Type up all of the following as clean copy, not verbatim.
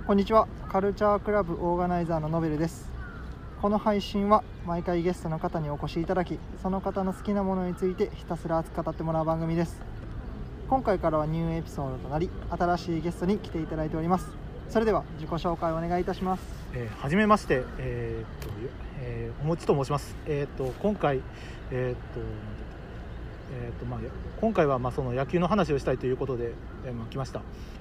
こんにちは。カルチャークラブオーガナイザーのノベルです。この配信は毎回ゲストの方にお越しいただき、その方の好きなものについてひたすら熱く語ってもらう番組です。今回からはニューエピソードとなり、新しいゲストに来ていただいております。それでは自己紹介をお願いいたします。 はじめまして、おもちと申します。今回、今回はその野球の話をしたいということで、来ました。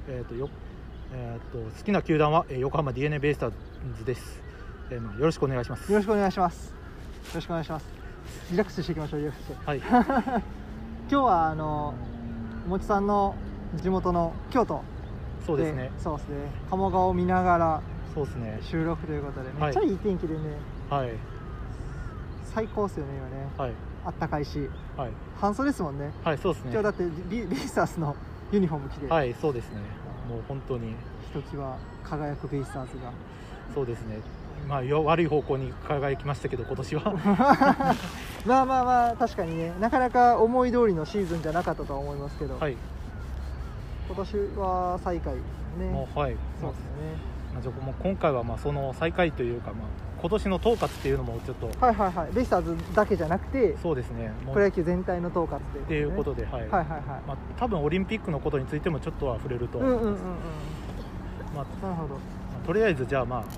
好きな球団は横浜 DNA ベイスターズです。よろしくお願いします。 よろしくお願いします。よろしくお願いします。リラックスしていきましょう。リラックスして。 はい。 今日はもちさんの地元の京都で、 そうですね。 そうですね。鴨川を見ながらそうですね。 収録ということで、めっちゃいい天気でね。 はい。 最高ですよね今ね。はい。あったかいし。はい。半袖ですもんね。 はい、そうですね。 今日だってベイスターズのユニフォーム着て。 はい、そうですね。もう本当にひときわ輝くベイスターズが。 そうですね。悪い方向に輝きましたけど今年はまあ確かにね、なかなか思い通りのシーズンじゃなかったとは思いますけど、はい、今年は最下位ね。 もう、はい、 そうですね。 もう今回はその最下位というか、今年の統括っていうのもちょっとベイスターズだけじゃなくて、 そうですね、 プロ野球全体の統括っていうことで、多分オリンピックのことについてもちょっとは触れると思います。 なるほど。 とりあえずじゃあ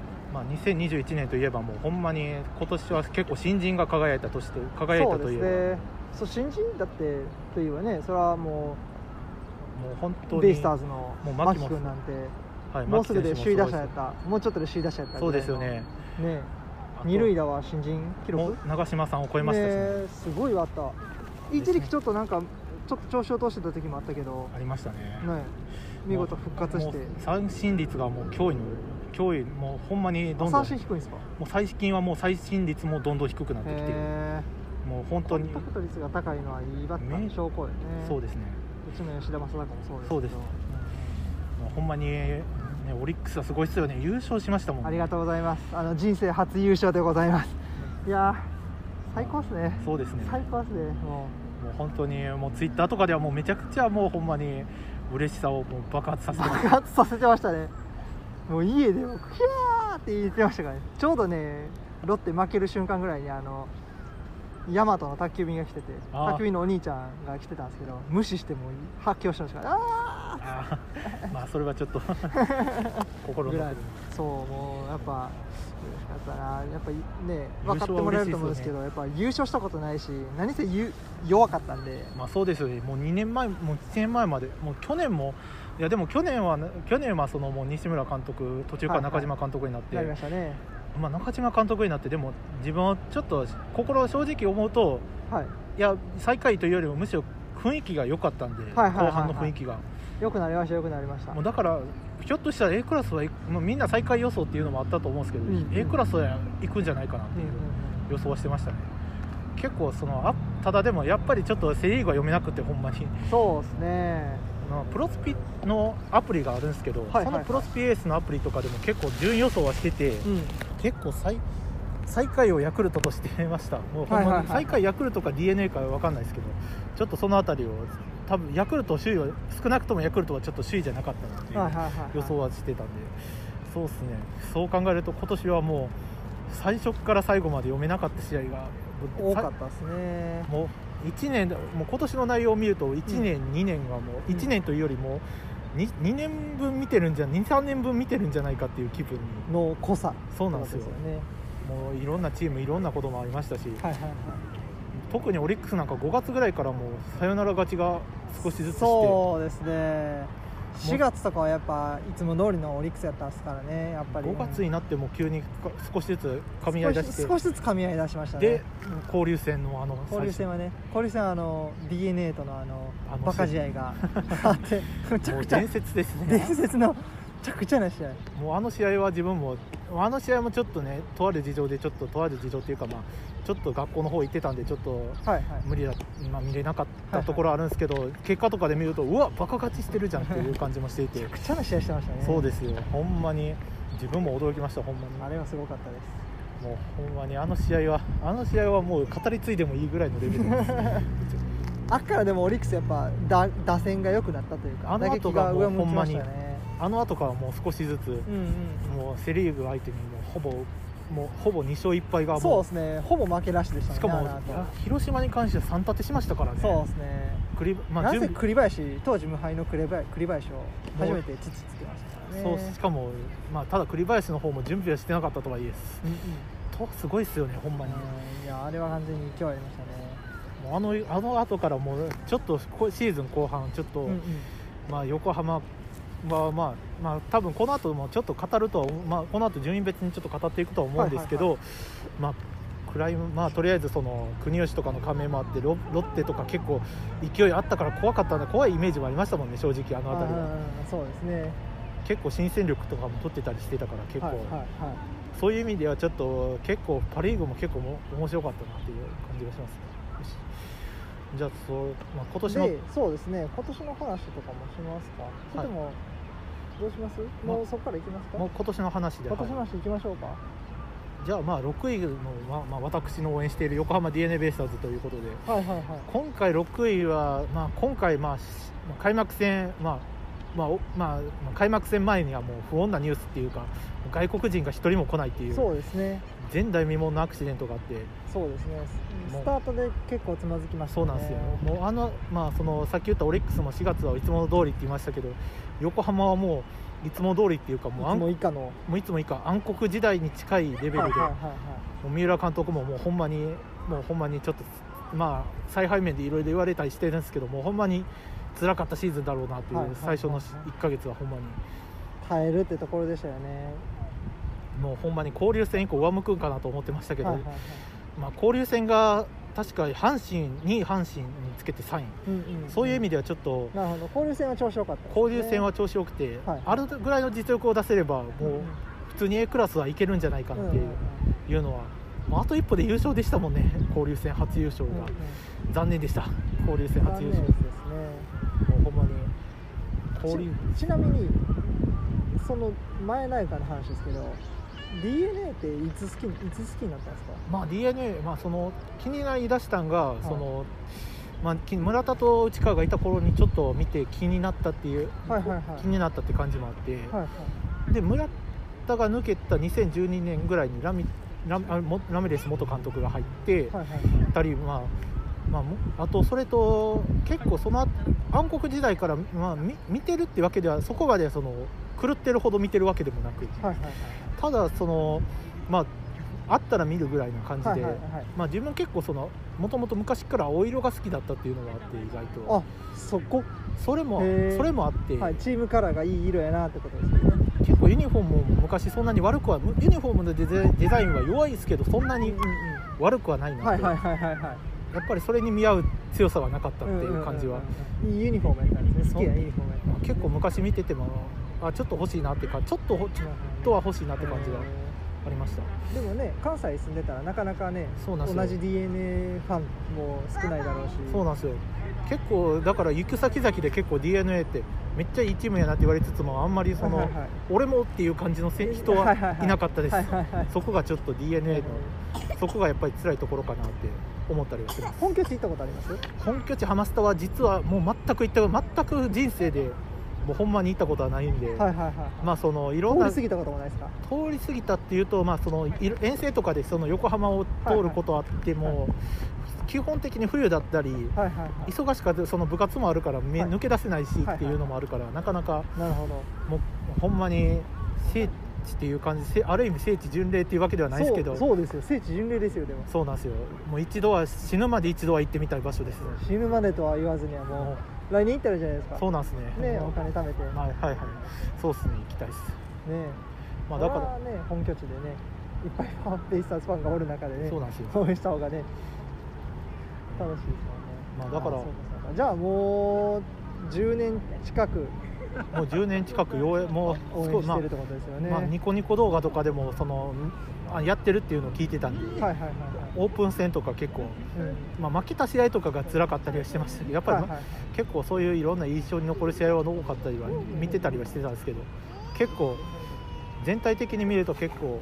2021年といえばもうほんまに今年は結構新人が輝いた年と輝いたといえば、 そうですね。そう、新人だってというはね、それはもう本当にベイスターズの牧君なんて、はい、もうすぐで首位打者やった、もうちょっとで首位打者やった。 そうですよね。 二塁打は新人記録長嶋さんを超えましたしね。 すごいあった。一時期ちょっと調子を通してた時もあったけど、 ありましたね。 見事復活して、 三振率がもう驚異、もうほんまにどんどん三振低いんですか。 もう最近はもう最新率もどんどん低くなってきてる。もう本当にコンタクト率が高いのはいいバッターの証拠よね。 そうですね。 うちの吉田正尚もそうですけど。 そうです。もうほんまにオリックスはすごいですよね。優勝しましたもんね。 ありがとうございます。人生初優勝でございます。いや最高ですね。 そうですね。 最高ですね。 もう本当にもうツイッターとかではもうめちゃくちゃもうほんまに嬉しさをもう爆発させてましたね。もう家でもキャーって言ってましたからね。ちょうどね、ロッテ負ける瞬間ぐらいにヤマトの宅急便が来てて、宅急便のお兄ちゃんが来てたんですけど、無視しても発狂してましたから、 それはちょっと心のそう、もうやっぱ嬉しかったな。やっぱね、分かってもらえると思うんですけど、やっぱ優勝したことないし、何せ弱かったんで。 そうですよね。もう2年前、もう1年前まで、もう去年も、いやでも去年はそのもう西村監督、途中から中島監督になって、 なりましたね。 中島監督になって、でも自分はちょっと心正直思うと、いや最下位というよりもむしろ雰囲気が良かったんで、後半の雰囲気が良くなりました。 もうだからひょっとしたら A クラスはもうみんな最下位予想っていうのもあったと思うんですけど、A クラスは行くんじゃないかなっていう予想はしてましたね。結構ただでもやっぱりちょっとセ・リーグは読めなくて、ほんまに。 そうですね。 プロスピのアプリがあるんですけど、そのプロスピエースのアプリとかでも結構順位予想はしてて、結構最下位をヤクルトとしてました。もうほんまに最下位ヤクルトか DNA かは分かんないですけど、ちょっとそのあたりを多分ヤクルト首位は少なくともヤクルトはちょっと首位じゃなかったなっていう予想はしてたんで、そうですね。そう考えると今年はもう最初から最後まで読めなかった試合が多かったですね。 もう1年、もう今年の内容を見ると1年、2年がもう1年というよりも 2年分見てるんじゃ2、3年分見てるんじゃないかっていう気分の濃さ。 そうなんですよね。もういろんなチームいろんなこともありましたし、特にオリックスなんか5月ぐらいからもうサヨナラ勝ちが少しずつして、 そうですね。4月とかはやっぱいつも通りのオリックスやったんですからね。やっぱり 5月になっても急に少しずつ噛み合い出して、 少しずつ噛み合い出しましたね。 で交流戦の交流戦は DNA とのバカ試合があってめちゃくちゃ伝説ですね。 伝説のめちゃくちゃな試合。 もう試合は自分も試合もちょっとね、とある事情っていうか、ちょっと学校の方行ってたんでちょっと無理だ、見れなかったところあるんですけど、結果とかで見るとうわバカ勝ちしてるじゃんっていう感じもしていてめちゃくちゃな試合してましたね。 そうですよ。ほんまに自分も驚きました。ほんまにあれはすごかったです。 もうほんまにあの試合はもう語り継いでもいいぐらいのレベルですあっからでもオリックスやっぱ打線が良くなったというか、打撃が上向きましたね。 あの後からもう少しずつ、もうセ・リーグ相手にもうほぼ2勝1敗がもう、 そうですね、ほぼ負けなしでしたね。 しかも広島に関しては3立てしましたからね。 そうですね、なぜ栗林、当時無敗の栗林を初めてつけましたからね。 そう、しかも、ただ栗林の方も準備はしてなかったとはいえ、すごいですよね、ほんまに。 いや、あれは完全に勢いありましたね。 もうあの後からもうちょっとシーズン後半ちょっと、横浜は多分この後もちょっと語ると、この後順位別にちょっと語っていくとは思うんですけど、とりあえずその国吉とかの加盟もあって、ロッテとか結構勢いあったから怖いイメージもありましたもんね、正直あの辺りは。 そうですね、 結構新戦力とかも取ってたりしてたから、結構、そういう意味ではちょっと結構パ・リーグも結構面白かったなっていう感じがしますね。じゃあ今年のそうですね、今年の話とかもしますか。それとも、どうします？もうそこからいきますか。 もう今年の話で。 今年の話いきましょうか。 じゃあ6位の、私の応援している横浜 DeNA ベイスターズということで、今回6位は、今回、開幕戦、開幕戦前にはもう不穏なニュースっていうか、外国人が1人も来ないっていう、 そうですね、 前代未聞のアクシデントがあって、 そうですね、スタートで結構つまずきましたね。 そうなんですよ。もうそのさっき言ったオリックスも4月はいつも通りって言いましたけど、横浜はもういつも通りっていうか、もういつも以下暗黒時代に近いレベルで、もう三浦監督ももうほんまにちょっと采配面でいろいろ言われたりしてるんですけど、もうほんまに辛かったシーズンだろうなっていう、最初の1ヶ月はほんまに耐えるってところでしたよね。 もうほんまに交流戦以降上向くんかなと思ってましたけど、交流戦が確か阪神につけて3位、そういう意味ではちょっと、 なるほど、交流戦は調子良かったですね。 交流戦は調子良くて、あるぐらいの実力を出せれば、もう普通に A クラスはいけるんじゃないかなっていうのは、あと一歩で優勝でしたもんね、交流戦初優勝が。残念でした、交流戦初優勝ですね。もうほんまにちなみにその前ないかの話ですけど、 DeNA っていつ好きになったんですか。 DeNA、その気になりだしたんが、その村田と内川がいた頃にちょっと見て気になったっていう、気になったって感じもあって、で村田が抜けた2012年ぐらいにラミレス元監督が入って、2人あとそれと結構その暗黒時代から、見てるってわけでは、そこまでその狂ってるほど見てるわけでもなく、ただそのあったら見るぐらいの感じで、自分結構もともと昔から青色が好きだったっていうのがあって、意外とそれもあって、 チームカラーがいい色やなってことですよね。 結構ユニフォームも昔そんなに悪くは、ユニフォームのデザインは弱いですけど、そんなに悪くはないなって、やっぱりそれに見合う強さはなかったっていう感じは、 いいユニフォームやったんですね。好きなユニフォームやった。 結構昔見ててもちょっと欲しいなっていうか、ちょっとは欲しいなって感じがありました。 でもね、関西住んでたらなかなかね、同じ DeNA ファンも少ないだろうし。そうなんですよ。 結構だから行く先々で結構 DeNA ってめっちゃいいチームやなって言われつつも、あんまり俺もっていう感じの人はいなかったです。そこがちょっと DeNA のそこがやっぱり辛いところかなって思ったりはしてます。 本拠地行ったことあります？ 本拠地ハマスタは実はもう全く人生でもうほんまに行ったことはないんで、そのいろんな通り過ぎたこともないですか？ 通り過ぎたっていうと、その遠征とかでその横浜を通ることあっても、基本的に冬だったり、忙しかった、その部活もあるから抜け出せないしっていうのもあるから、なかなかもうほんまに聖地っていう感じ、ある意味聖地巡礼っていうわけではないですけど、 そうですよ、聖地巡礼ですよ。でもそうなんですよ。 もう死ぬまで一度は行ってみたい場所です。 死ぬまでとは言わずにはもう来年行ったらじゃないですか。 そうなんですね。 お金貯めて、 そうですね、行きたいですね。だからね、本拠地でね、いっぱいベイスターズファンがおる中でね、応援した方がね楽しいですもんね。 だからじゃあもう10年近くもう応援してるってことですよね。 ニコニコ動画とかでもやってるっていうのを聞いてたんで、オープン戦とか結構、負けた試合とかが辛かったりはしてましたけど、やっぱり、結構そういういろんな印象に残る試合は多かったりは見てたりはしてたんですけど、結構全体的に見ると結構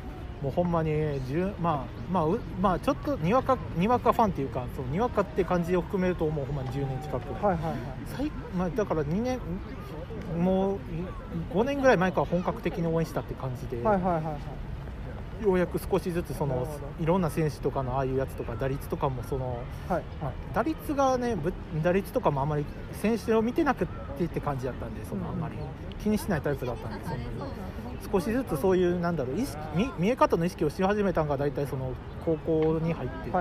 もうほんまにまあちょっとにわかファンっていうか、そうにわかって感じを含めるともうほんまに10年近く、 はいはいはい、 だから2年もう5年ぐらい前から本格的に応援したって感じで、 はいはいはいはい、 ようやく少しずついろんな選手とかのああいうやつとか打率とかもはい、打率がね、打率とかもあまり選手を見てなくてって感じだったんで、あんまり気にしないタイプだったんで、少しずつそういうなんだろう見え方の意識をし始めたのが大体高校に入って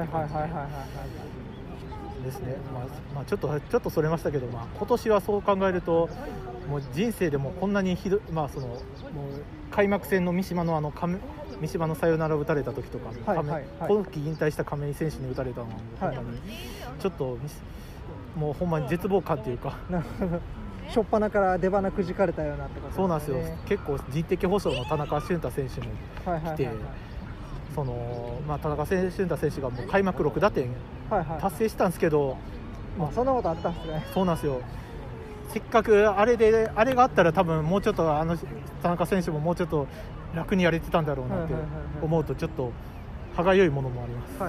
ですね。まあちょっとそれましたけど、今年はそう考えるともう人生でもこんなにもう開幕戦の三島の三島のサヨナラ打たれた時とか、今季引退した亀井選手に打たれたのはほんまにちょっともうほんまに絶望感というか。 なるほど。初っ端から出花くじかれたようなってことですね。 そうなんですよ。結構人的保障の田中俊太選手も来て、田中俊太選手がもう開幕6打点達成したんですけど、 そんなことあったんですね。 そうなんですよ。せっかくあれがあったら多分もうちょっと田中選手ももうちょっと楽にやれてたんだろうなって思うとちょっと歯がゆいものもあります。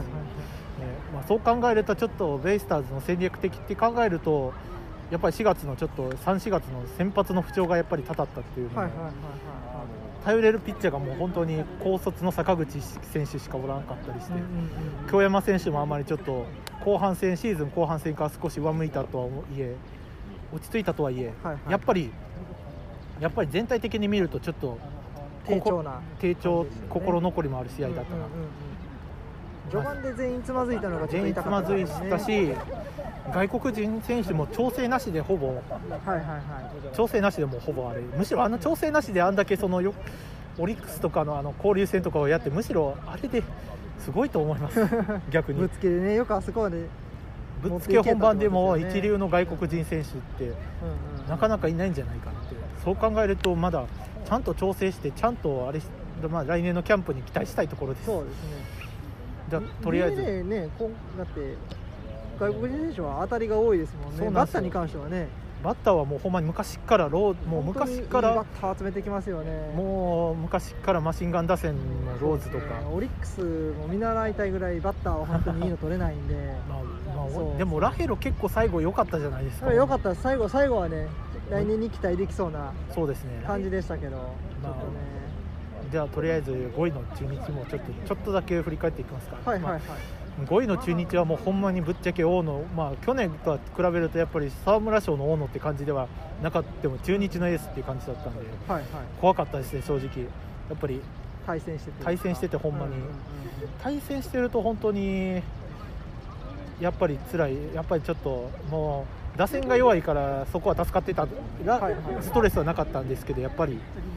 そう考えるとちょっとベイスターズの戦略的って考えるとやっぱり4月の3、4月の先発の不調がやっぱりたたったっていうので、頼れるピッチャーがもう本当に高卒の坂口選手しかおらんかったりして、京山選手もあまりちょっとシーズン後半戦から少し上向いたとはいえ、落ち着いたとはいえ、やっぱり全体的に見るとちょっと低調、 心残りもある試合だったな。 序盤で全員つまずいたのがちょっと痛かったですね。 全員つまずいたし、外国人選手も調整なしでほぼ、調整なしでもほぼあれ、むしろ調整なしであんだけオリックスとかの交流戦とかをやって、むしろあれですごいと思います逆にぶつけでね、よくあそこまでぶっつけ本番でも一流の外国人選手ってなかなかいないんじゃないかって、そう考えるとまだちゃんと調整してちゃんと来年のキャンプに期待したいところです。 そうですね。 じゃとりあえずだって外国人選手は当たりが多いですもんね。バッターに関してはね、 バッターはもうほんまに昔からバッター集めてきますよね。 もう昔からマシンガン打線のローズとか、 オリックスも見習いたいぐらいバッターは本当にいいの取れないんででもラヘロ結構最後良かったじゃないですか。 良かった。最後はね、来年に期待できそうな感じでしたけど、 ではとりあえず5位の中日もちょっとだけ振り返っていきますか。5位の中日はもうほんまにぶっちゃけ大野、去年とは比べるとやっぱり沢村賞の大野って感じではなかったも中日のエースっていう感じだったんで、怖かったですね正直。やっぱり対戦しててほんまに、対戦してると本当にやっぱり辛い。やっぱりちょっともう打線が弱いからそこは助かってたらストレスはなかったんですけど、やっぱり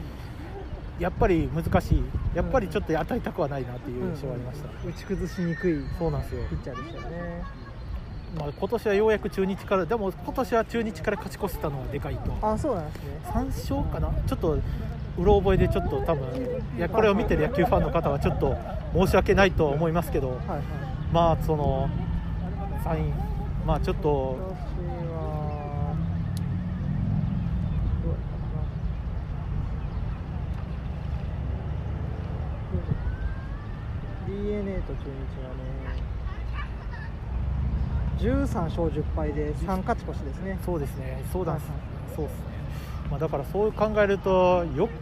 難しい。やっぱりちょっと与えたくはないなっていう印象がありました。 打ち崩しにくいそうなんですよピッチャーでしたよね。 今年はようやく中日から、でも今年は中日から勝ち越せたのはでかいと。 そうなんですね。3 勝かな、ちょっとうろ覚えでちょっと多分これを見てる野球ファンの方はちょっと申し訳ないと思いますけど、ちょっと DNA と中日はね13勝10敗で3勝ち越しですね。 そうですね。そうですね。だからそう考えると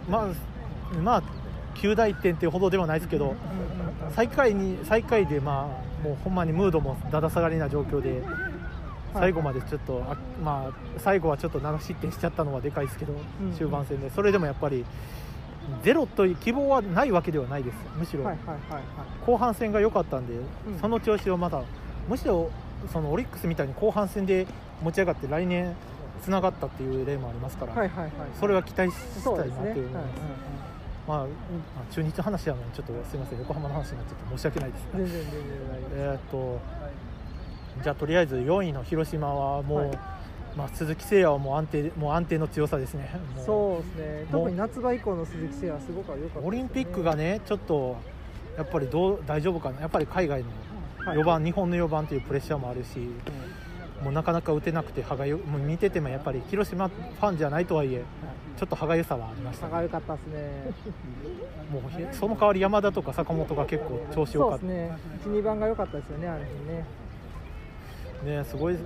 9大点っていうほどではないですけど、最下位でもうほんまにムードもだだ下がりな状況で、最後までちょっと最後はちょっと7失点しちゃったのはでかいですけど、終盤戦でそれでもやっぱりゼロという希望はないわけではないです。むしろ後半戦が良かったんで、その調子をむしろオリックスみたいに後半戦で持ち上がって来年つながったっていう例もありますから、それは期待したいなという思います。中日の話はちょっとすみません、横浜の話になっちゃって申し訳ないです。 全然じゃあとりあえず4位の広島はもう、鈴木誠也はもう安定の強さですね。 そうですね。特に夏場以降の鈴木誠也はすごく良かったですね。 オリンピックがねちょっとやっぱり大丈夫かな。やっぱり海外の4番、日本の4番というプレッシャーもあるし、もうなかなか打てなくてもう見ててもやっぱり広島ファンじゃないとはいえちょっと歯がゆさはありましたね。 歯がゆかったですね。 もうその代わり山田とか坂本が結構調子良かった。 そうですね、1、2番が良かったですよね、あの日ね。 ね、すごいも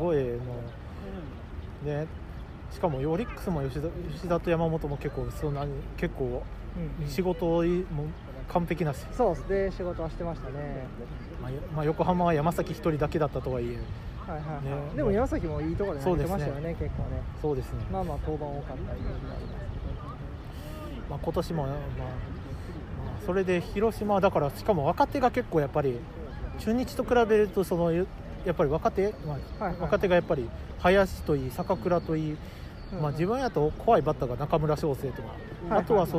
うね、しかもオリックスも吉田と山本も結構仕事も完璧なし、 そうですね、仕事はしてましたね。 まあ、横浜は山崎1人だけだったとはいえ、 はいはいはい、 ね、 でも山崎もいいところで投げてましたよね、結構ね。 そうですね。 まあまあ登板多かったイメージがありますけど、 今年も、それで広島はだからしかも若手が結構やっぱり中日と比べるとやっぱり若手がやっぱり林といい坂倉といい、自分やと怖いバッターが中村翔成とか、あとは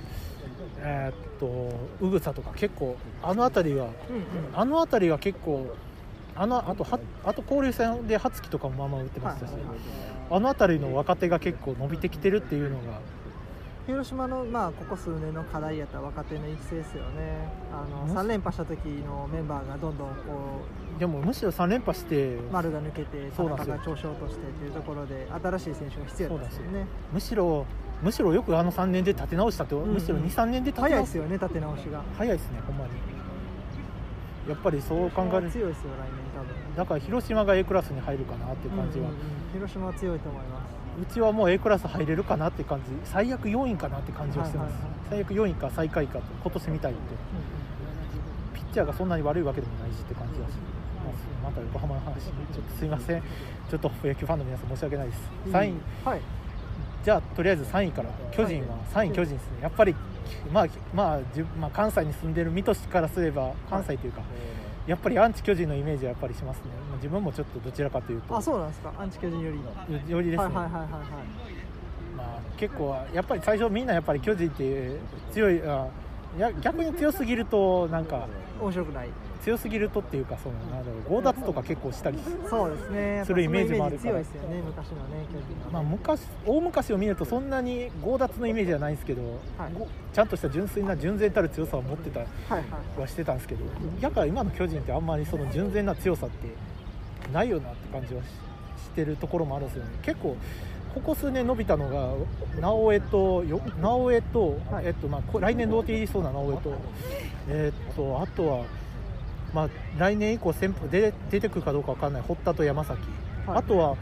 宇草とか結構あの辺りが結構あと交流戦で羽月とかもまあまあ打ってましたし、あの辺りの若手が結構伸びてきてるっていうのが広島の、ここ数年の課題やった若手の育成ですよね。3連覇した時のメンバーがどんどんでもむしろ3連覇して丸が抜けて田中が調子を落としてというところで新しい選手が必要ですよね。 むしろよくあの3年で立て直したって、むしろ 2,3 年で立て直した。 早いですよね、立て直しが早いですね、ほんまに。やっぱりそう考えると強いですよ、来年多分。 だから広島が A クラスに入るかなっていう感じは、 広島は強いと思います。 うちはもう A クラス入れるかなって感じ、最悪4位かなって感じはしてます、最悪4位か最下位かと今年みたいに、ピッチャーがそんなに悪いわけでもないしって感じだし、また横浜の話ちょっとすいません、ちょっと野球ファンの皆さん申し訳ないです。3位、じゃあとりあえず3位から巨人は3位巨人ですね。やっぱり関西に住んでる身としからすれば、関西というか、やっぱりアンチ巨人のイメージはやっぱりしますね。自分もちょっとどちらかというと。 あ、そうなんですか。アンチ巨人よりですね。結構やっぱり最初みんなやっぱり巨人って強い、逆に強すぎるとなんか面白くない。 強すぎるとっていうか、強奪とか結構したりそうですね、 するイメージもあるから。 強いですよね、昔のね巨人はね。 大昔を見るとそんなに強奪のイメージはないんですけど、ちゃんとした純然たる強さを持ってたはしてたんですけど、だから今の巨人ってあんまりその純然な強さってないよなって感じはしてるところもあるんですよね。結構ここ数年伸びたのが直江と、来年ローテ入りそうな直江と、あとは来年以降出てくるかどうか分からない堀田と山崎、あとは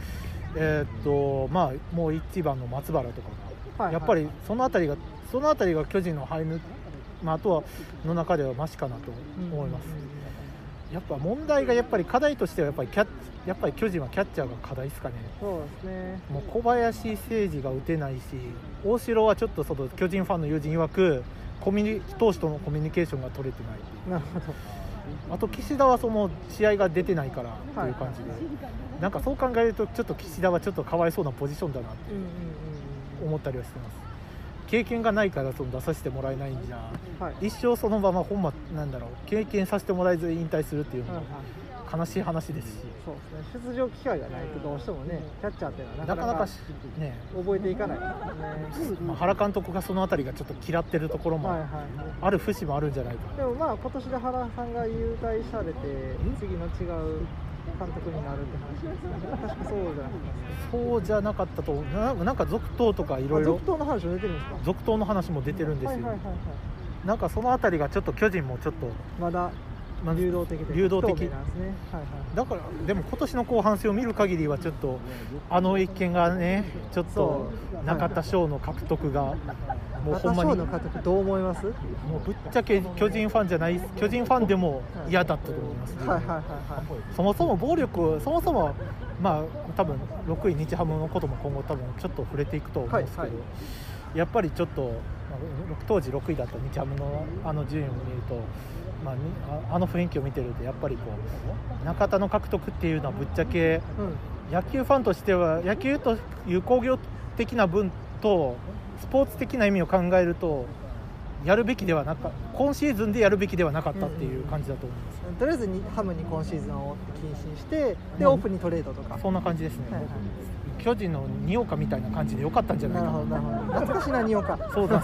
もう一番の松原とかが、やっぱりそのあたりが巨人の入る、あとはの中ではマシかなと思います。やっぱ問題が課題としてはやっぱり巨人はキャッチャーが課題ですかね。 そうですね。 もう小林誠司が打てないし、大城はちょっと巨人ファンの友人曰く投手とのコミュニケーションが取れてない。なるほど。あと岸田はその試合が出てないからという感じで、なんかそう考えるとちょっと岸田はちょっとかわいそうなポジションだなって思ったりはしてます。経験がないから出させてもらえないんじゃ、一生そのまま経験させてもらえず引退するっていうのは悲しい話ですし、 そうですね、出場機会がないとどうしてもね、キャッチャーっていうのはなかなかね覚えていかないですね。 原監督がそのあたりがちょっと嫌ってるところもある節もあるんじゃないか。 でも今年で原さんが優退されて次の違う監督になるって話ですね。確かそうじゃなかったと、なんか続投とかいろいろ続投の話も出てるんですか。 続投の話も出てるんですよ。なんかそのあたりがちょっと巨人もちょっとまだ流動的なんですね。 だからでも今年の後半戦を見る限りはちょっと一件がね、ちょっと中田翔の獲得がもうほんまに中田翔の獲得どう思います？ もうぶっちゃけ巨人ファンでも嫌だったと思います、ね。そもそも暴力、多分6位日ハムのことも今後多分ちょっと触れていくと思うんですけど、やっぱりちょっと当時6位だった日ハムの順位を見ると、あの雰囲気を見てるとやっぱり中田の獲得っていうのはぶっちゃけ、野球ファンとしては野球という工業的な分とスポーツ的な意味を考えるとやるべきではなかった、今シーズンでやるべきではなかったっていう感じだと思います。 とりあえずハムに今シーズンを禁止にしてでオープンにトレードとかそんな感じですね。巨人の二岡みたいな感じで良かったんじゃないかな。 懐かしいな二岡。 そうなんですよ。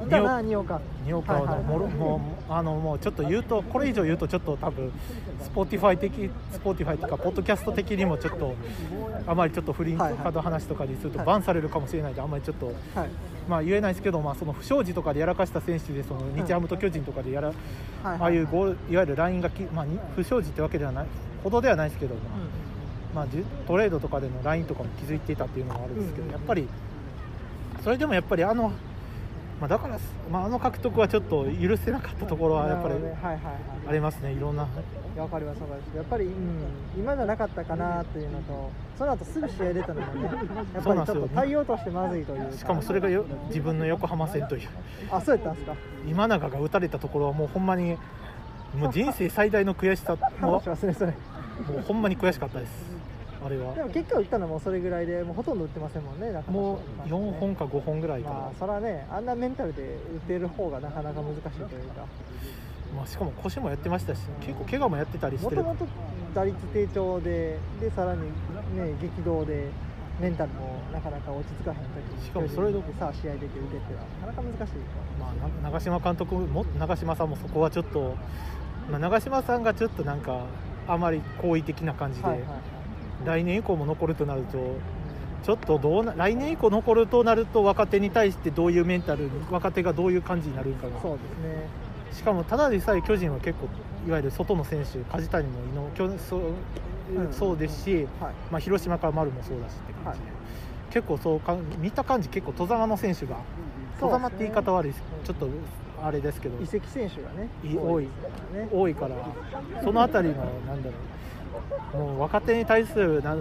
いたな、二岡のもうちょっと言うと、これ以上言うとちょっと多分スポーティファイっていうかポッドキャスト的にもちょっとあまりちょっと不倫とかの話とかにするとバンされるかもしれないので、あんまりちょっと、まあ言えないですけど、まあその不祥事とかでやらかした選手で、その日ハムと巨人とかでああいういわゆるラインがまあ不祥事ってわけではないほどではないですけど、まあトレードとかでのラインとかも気づいていたっていうのもあるんですけど、やっぱりそれでもやっぱりまあ、だから、まあ、獲得はちょっと許せなかったところはやっぱりありますね、いろんな。 わかりますやっぱり、今じゃなかったかなっていうのと、その後すぐ試合出たのもね、やっぱりちょっと対応としてまずいというか、 しかもそれが自分の横浜戦という、 そうやったんですか。 今永が打たれたところはもうほんまにもう人生最大の悔しさもうほんまに悔しかったです。あれはでも結果打ったのもそれぐらいで、もうほとんど打ってませんもんね。 もう4本か5本ぐらいかな。 まあそれはね、あんなメンタルで打てる方がなかなか難しいというか、 まあ、しかも腰もやってましたし、結構怪我もやってたりしてる。 もともと打率低調でさらにね激動で、メンタルもなかなか落ち着かへん時に、 しかもそれでさあ試合出て打てっていうのはなかなか難しい。 まあ、長嶋監督も長嶋さんもそこはちょっと、まあ、長嶋さんがちょっとなんかあまり好意的な感じで、来年以降も残るとなると、ちょっと来年以降残るとなると、若手に対してどういうメンタル、若手がどういう感じになるかが。 そうですね。 しかもただでさえ巨人は結構いわゆる外の選手、梶谷もそうですし、まあ、広島から丸もそうだしって感じで、結構見た感じ結構戸様の選手が、戸様って言い方悪いです、ちょっとあれですけど、 移籍選手がね多いから、そのあたりのなんだろう、もう若手に対するま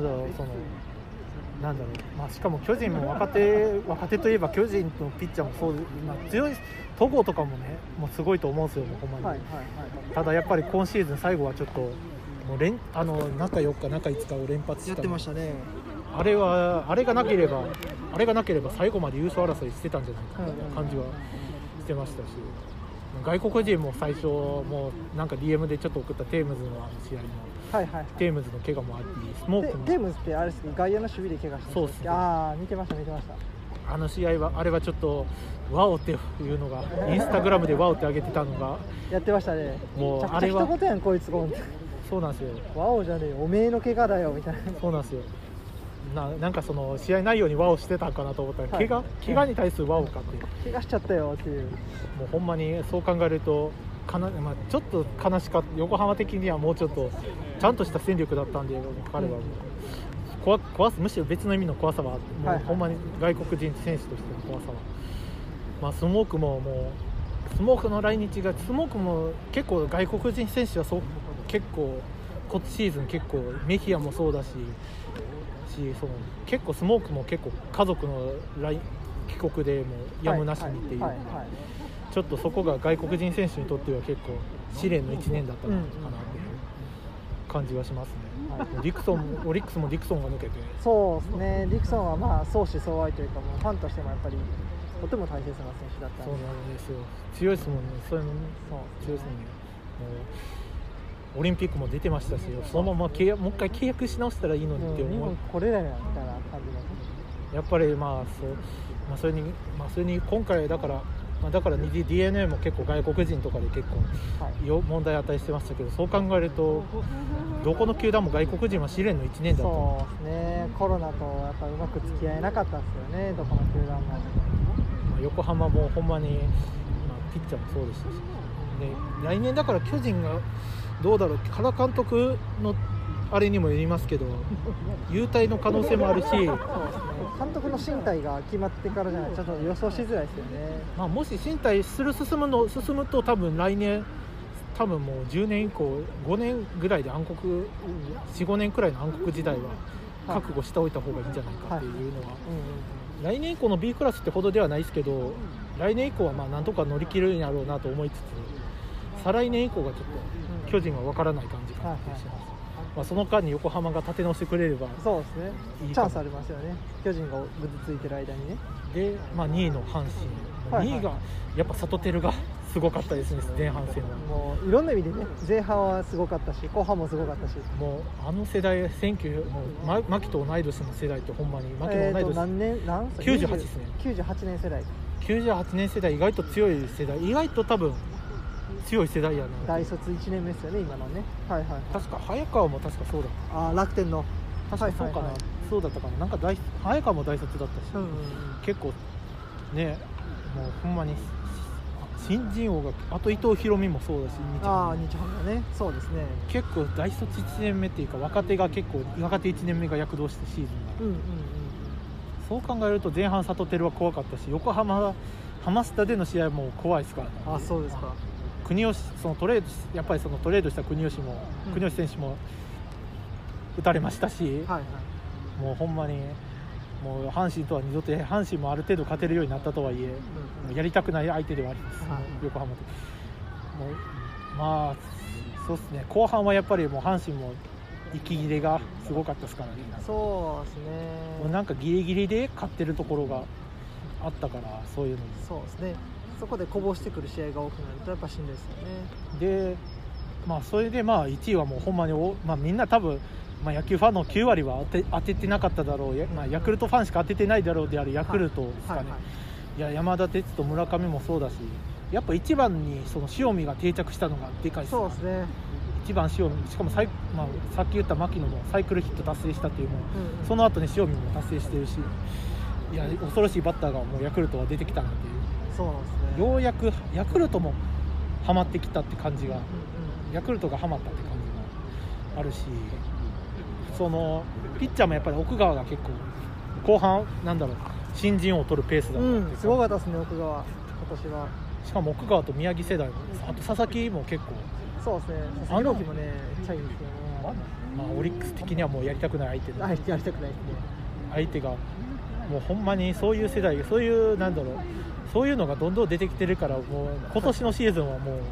あ、しかも巨人も若手といえば巨人のピッチャーもそう、まあ、強い戸郷とかもね、もうすごいと思うんですよ、ほんまに。ただやっぱり今シーズン最後はちょっともう中4日中5日を連発したやってましたね。 あれがなければ最後まで優勝争いしてたんじゃないかなという感じはしてましたし、外国人も最初もうなんか DM でちょっと送ったテームズの試合の、テームズの怪我もあり、スモークもテームズってあれですか、外野の守備で怪我したんですか。そうですね。見てましたあの試合は、あれはちょっとワオっていうのがインスタグラムでワオって上げてたのがやってましたね。 もうあれは一言やんこいつゴンって。 そうなんですよ。 ワオじゃねえよ、おめえの怪我だよみたいな。 そうなんですよ。なんかその試合内容にワオしてたかなと思ったら、怪我に対するワオかっていう、 怪我しちゃったよっていう、 もうほんまにそう考えるとまあ、ちょっと悲しかった。横浜的にはもうちょっとちゃんとした戦力だったんで、彼はむしろ別の意味の怖さは、もうほんまに外国人選手としての怖さは、まあ、スモークの来日が、スモークも結構外国人選手は結構今シーズン結構メヒアもそうだし、結構スモークも結構家族の帰国でもやむなしにっていう、ちょっとそこが外国人選手にとっては結構試練の1年だったのかなっていう感じはしますね。オリックスもディクソンが抜けて、 そうですね、ディクソンはまあ相思相愛というか、もうファンとしてもやっぱりとても大切な選手だったので。 そうなんですよ。強いですもんね。そういうの強いですもんね。もうオリンピックも出てましたし、そのままもう一回契約し直したらいいのにって思う。 これだよみたいな感じやっぱりそれに今回だから DNA も結構外国人とかで結構問題与えしてましたけど、そう考えるとどこの球団も外国人は試練の1年だと。 そうですね、コロナとやっぱうまく付き合えなかったですよね、どこの球団も。 横浜もほんまに、ピッチャーもそうでしたし、で来年だから巨人がどうだろう、原監督のあれにもよりますけど優退の可能性もあるし、そうですね、 監督の進退が決まってからじゃないとちょっと予想しづらいですよね。 もし進退進むと多分来年もう10年以降5年ぐらいで4、5年くらいの暗黒時代は覚悟しておいた方がいいんじゃないかっていうのは、来年以降の B クラスってほどではないですけど、来年以降はなんとか乗り切るんやろうなと思いつつ、再来年以降がちょっと巨人は分からない感じかなってしてます。その間に横浜が立て直してくれれば、 そうですね、チャンスありますよね、巨人がぐずついてる間にね。 で、2位の阪神、2位がやっぱ里輝がすごかったですね、前半戦は。 もういろんな意味でね、前半はすごかったし、後半もすごかったし、 もうあの世代、牧と同い年の世代って、ほんまに牧と同い年、 何年 98ですね、 98年世代、 98年世代意外と強い世代、意外と多分強い世代やな。 大卒1年目ですよね今のね。はいはい、 確か早川も確かそうだ。 あ、楽天の確かそうかな、そうだったかな。なんか早川も大卒だったし、結構ね、もうほんまに新人王が、あと伊藤大海もそうだし、 日ハムだね。そうですね。 結構大卒1年目っていうか、若手1年目が躍動したシーズンだ、そう考えると前半里輝は怖かったし、横浜ハマスタでの試合も怖いですから、ね。 あ、そうですか。 国吉、やっぱりそのトレードした国吉選手も打たれましたし、もうほんまにもう阪神とは二度と、阪神もある程度勝てるようになったとはいえ、もうやりたくない相手ではあります、横浜で。もうまあそうですね、後半はやっぱりもう阪神も息切れがすごかったですからね。 そうですね。 もうなんかギリギリで勝ってるところがあったから、そういうの。 そうですね。そこでこぼしてくる試合が多くなるとやっぱしんどいですよね。で、まあそれで1位はもうほんまにみんな多分。野球ファンの9割は当ててなかっただろう、ヤクルトファンしか当ててないだろうであるヤクルトですかね。いや、山田哲人、村上もそうだし、やっぱ一番にその塩見が定着したのがでかいです。 そうですね。 一番塩見、しかもさっき言った牧野もサイクルヒット達成したっていうのも、その後に塩見も達成してるし、いや恐ろしいバッターがもうヤクルトは出てきたなっていう。 そうですね。 ようやくヤクルトもハマってきたって感じが、ヤクルトがハマったって感じがあるし。そのピッチャーもやっぱり奥川が結構後半新人王を取るペースだったっていうか、 すごかったですね奥川今年は。 しかも奥川と宮城世代も、あと佐々木も結構、 そうですね、佐々木朗希もねめっちゃいいんですよね。 オリックス的にはもうやりたくない相手やりたくないですね。 相手がもうほんまにそういう世代、そういうそういうのがどんどん出てきてるから、もう今年のシーズンはもう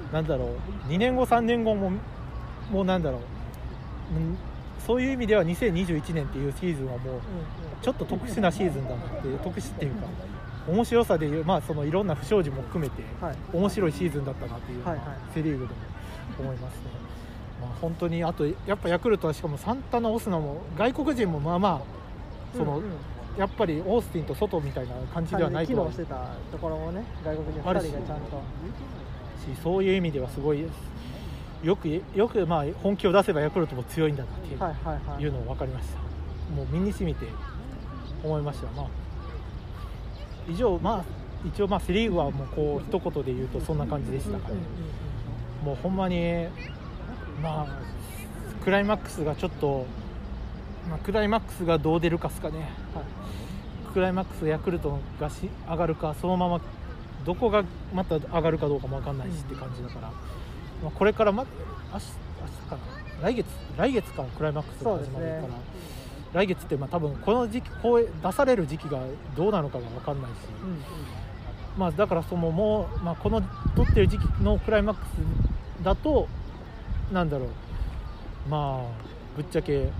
2年後3年後もそういう意味では2021年っていうシーズンはもうちょっと特殊なシーズンだなって、特殊っていうか面白さでいう、そのいろんな不祥事も含めて面白いシーズンだったなっていうのはセ・リーグでも思いますね。本当にあとやっぱヤクルトは、しかもサンタナ、オスナも外国人もやっぱりオースティンと外みたいな感じではないと、 機能してたところもね、外国人2人がちゃんとそういう意味ではすごいよく本気を出せばヤクルトも強いんだなっていうのを分かりました。もう身に染みて思いました。一応セ・リーグはもうこう一言で言うとそんな感じでしたから、もうほんまにクライマックスがちょっと、クライマックスがどう出るかですかね。クライマックスヤクルトが上がるか、そのままどこがまた上がるかどうかも分かんないしって感じだから、これから明日かな、来月からクライマックスが始まるから、来月って多分この時期出される時期がどうなのかが分かんないし、だからもう、この取ってる時期のクライマックスだとぶっちゃけ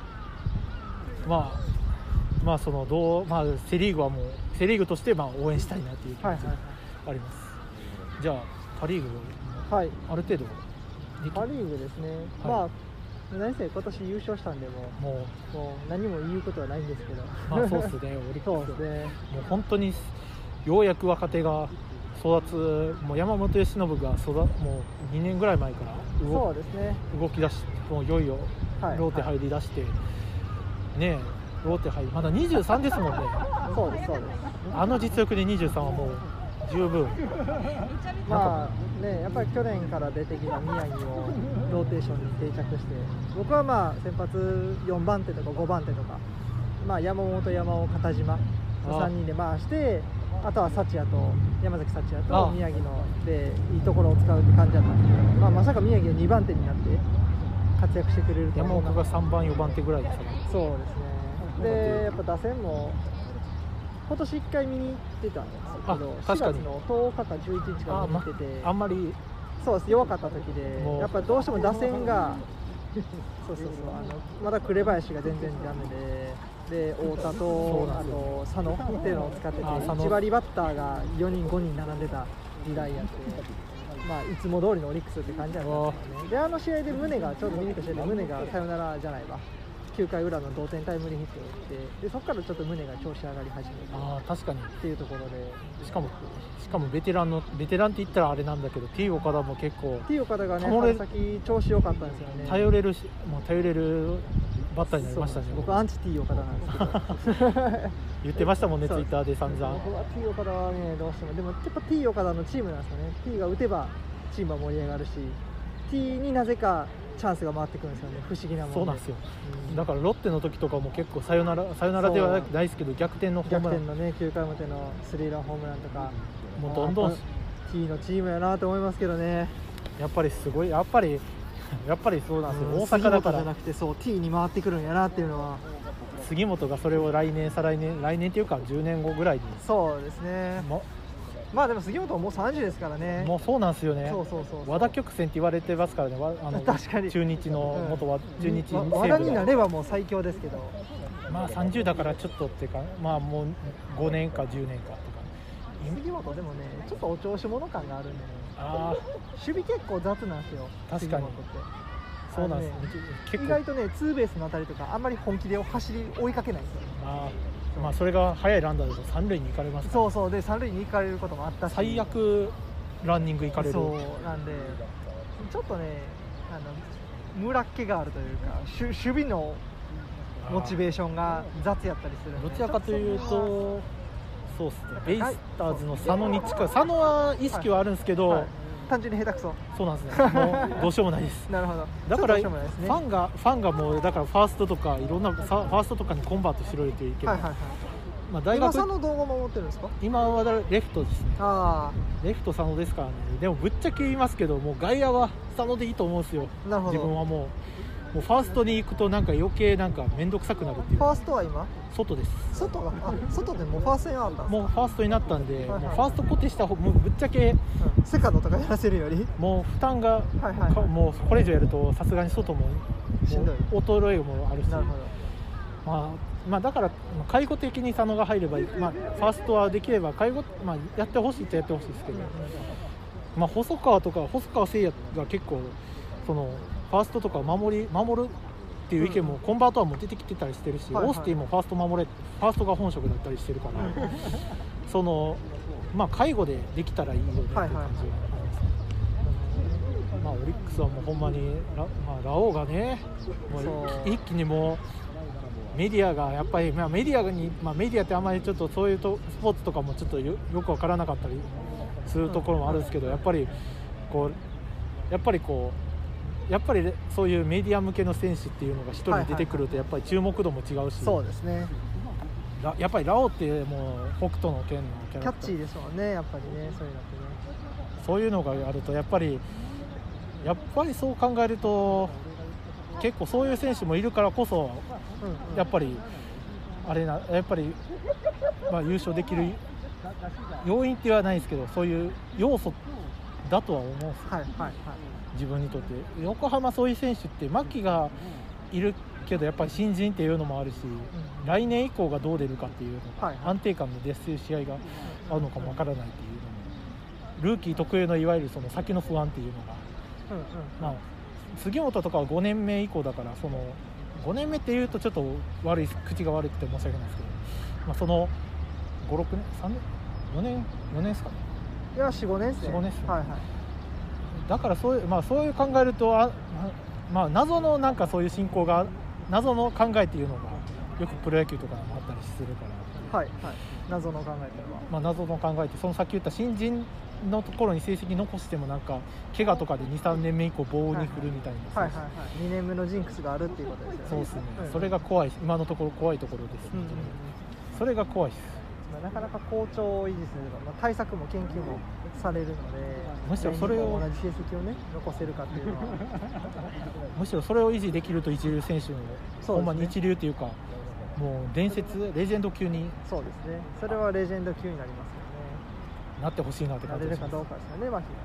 セ・リーグはもうセ・リーグとして応援したいなっていう気持ちがあります。じゃあパ・リーグある程度パ・リーグですね。何せ今年優勝したんでもう何も言うことはないんですけど、 そうですね。オリックスそうですね。 もう本当にようやく若手が育つ、もう山本由伸がもう2年ぐらい前からそうですね、 動き出し、もういよいよローテ入り出して、ね、ローテ入りまだ23ですもんね。 そうですそうです。 あの実力で23はもう十分。 やっぱり去年から出てきた宮城をローテーションに定着して、僕は先発4番手とか5番手とか、山本、山尾、片島の3人で回して、あとは山崎福也と宮城のでいいところを使うって感じだったんですけど、まさか宮城が2番手になって活躍してくれると思う。山岡が3番4番手ぐらいですね。 そうですね。でやっぱ打線も今年1回見に行ってたんですけど、4月の10日か11日か見に行ってて、 あんまりそうです、弱かった時で、やっぱどうしても打線がまだ紅林が全然ダメで、太田とあと佐野っていうのを使ってて、1割バッターが4人5人並んでた時代やって、いつも通りのオリックスって感じだったんですよね。で試合で宗がちょうど見に行った試合で宗がサヨナラじゃないわ 9回裏の同点タイムリーヒットを打って、でそこからちょっと宗が調子上がり始めて、 確かにっていうところで、 しかもベテランって言ったらあれなんだけど、 T 岡田も結構 T 岡田がね春先調子良かったんですよね。頼れるバッターになりましたね。 僕アンチ T 岡田なんですけど言ってましたもんね、ツイッターで散々。 僕は T 岡田はね、どうしてもでもやっぱ T 岡田のチームなんですよね。 T が打てばチームは盛り上がるし、 T になぜかチャンスが回ってくるんですよね、不思議なもんで。 そうなんですよ、だからロッテの時とかも結構サヨナラではないですけど、逆転のホームラン、 逆転のね9回表のスリーランホームランとか、 もうどんどん T のチームやなと思いますけどね。 やっぱりすごい、やっぱりそうなんですよ、大阪だから。 じゃなくてそう T に回ってくるんやなっていうのは。 杉本がそれを来年っていうか10年後ぐらいに。 そうですね。まあでも杉本はもう30ですからね。 もうそうなんですよね。 そう和田曲線って言われてますからね。 確かに中日の元は、中日西武和田になればもう最強ですけど、 まあ30だからちょっとっていうか、まあもう5年か10年かとか。 杉本でもねちょっとお調子者感があるんでね、守備結構雑なんですよ。 確かにそうなんです、 意外とねツーベースのあたりとかあんまり本気で走り追いかけないんですよ。 まあそれが速いランナーだと三塁に行かれますから、 そうで三塁に行かれることもあったし、 最悪ランニング行かれる。 そうなんでちょっとね村っ気があるというか、守備のモチベーションが雑やったりするんで、 どちらかというとそうですね、ベイスターズの佐野に近い。佐野は意識はあるんですけど、 単純に下手くそ。 そうなんですね。もうどうしようもないです。 なるほど。 だからファンがもうだからファーストとかいろんなファーストとかにコンバートしろよという意見。まあ大学今佐野どう守ってるんですか？ 今はレフトですね。レフト佐野ですからね。でもぶっちゃけ言いますけど、もう外野は佐野でいいと思うんですよ。 なるほど。 自分はもうファーストに行くとなんか余計なんか面倒くさくなるっていう。 ファーストは今？ 外です。 外でもうファーストになったんですか？ もうファーストになったんで、もうファースト固定した方、もうぶっちゃけ、 セカンドとかやらせるよりもう負担が、もうこれ以上やるとさすがに外もしんどい、 衰えもあるし。 なるほど。 まあだから介護的に佐野が入ればいい、ファーストはできればやってほしいっちゃやってほしいですけど、細川誠也が結構そのファーストとか守るっていう意見もコンバートはもう出てきてたりしてるし、オースティンもファースト守れ、ファーストが本職だったりしてるからその介護でできたらいいよねっていう感じがあります。オリックスはもうほんまにラオウがね、もう一気にもうメディアがやっぱり、メディアってあんまりちょっとそういうスポーツとかもちょっとよく分からなかったりするところもあるんですけど、やっぱりそういうメディア向けの選手っていうのが一人出てくるとやっぱり注目度も違うし、 そうですね。 やっぱりラオウってもう北斗の拳のキャラクター、 キャッチーですもんね、やっぱりね、そういうのってね。 そういうのがあるとやっぱりそう考えると結構そういう選手もいるからこそ、やっぱり優勝できる要因ってはないですけど、そういう要素だとは思うんですよ、自分にとって。横浜そういう選手って牧がいるけどやっぱり新人っていうのもあるし、来年以降がどう出るかっていうのが、安定感の出す試合があるのかもわからないっていうのも、ルーキー特有のいわゆるその先の不安っていうのが、杉本とかは5年目以降だから、その5年目っていうとちょっと口が悪くて申し訳ないですけど、その5、6年4年ですかね。 いや4、5年ですね。 だからそういう考えると謎のなんかそういう進行が、謎の考えっていうのがよくプロ野球とかにもあったりするから、 謎の考えっていうのは、 謎の考えって、そのさっき言った新人のところに成績残してもなんか怪我とかで 2,3 年目以降棒に振るみたいな、 2年目のジンクスがあるっていうことですよね。 そうですね、それが怖い、今のところ怖いところです、それが怖いです。 なかなか好調を維持するの、対策も研究もされるので、 むしろそれを同じ成績をね残せるかっていうのはむしろそれを維持できると一流選手の、ほんまに一流っていうか、もう伝説レジェンド級に、 そうですね、それはレジェンド級になりますよね。 なってほしいなって感じです。 なれるかどうかですよね、牧がね。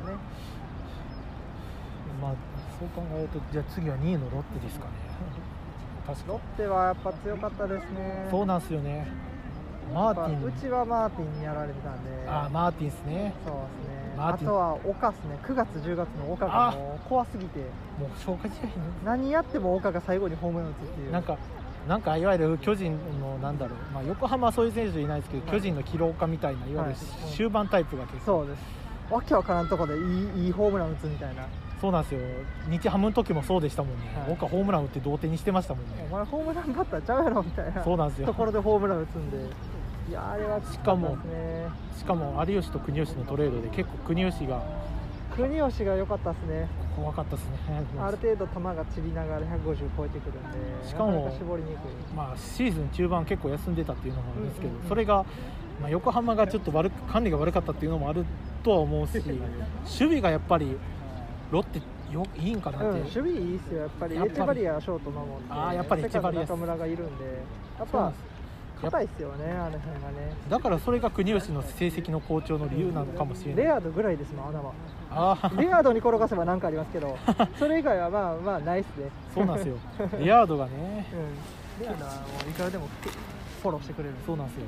そう考えると、じゃあ次は2位のロッテですかね。確かロッテはやっぱ強かったですね。 そうなんですよね。 うちはマーティンにやられてたんで。 マーティンですね。 そうですね。あとは岡ですね。9月10月の岡がもう怖すぎて、 もう消化試合何やっても岡が最後にホームラン打つっていう。 なんかなんかいわゆる巨人のなんだろう、まあ、横浜はそういう選手いないですけど、巨人の廣岡みたいないわゆる終盤タイプが結構、 そうです。わけわからんとこでいいホームラン打つみたいな。 そうなんですよ。日ハムの時もそうでしたもんね。僕はホームラン打って同点にしてましたもんね。 お前ホームランバッターちゃうやろみたいな。 そうなんですよ。 ところでホームラン打つんで。いやあれはしかも有吉と国吉のトレードで結構国吉が良かったですね。 怖かったですね。 ある程度球が散りながら150超えてくるんで、 しかもなかなか絞りにくい。 まあシーズン中盤結構休んでたっていうのもあるんですけど、それが、まあ、横浜がちょっと管理が悪かったっていうのもあるとは思うし、守備がやっぱりロッテいいんかなって、 守備いいっすよ。やっぱりエチェバリアショート守って、 やっぱりエチェバリア中村がいるんで、やっぱ硬いっすよね、あの辺がね。 だからそれが国吉の成績の好調の理由なのかもしれない。 レアードぐらいですもん、穴は。レアードに転がせば何かありますけどそれ以外はまあないっすね。 そうなんですよ。レアードがね、 レアードはもういくらでもフォローしてくれる。 そうなんですよ。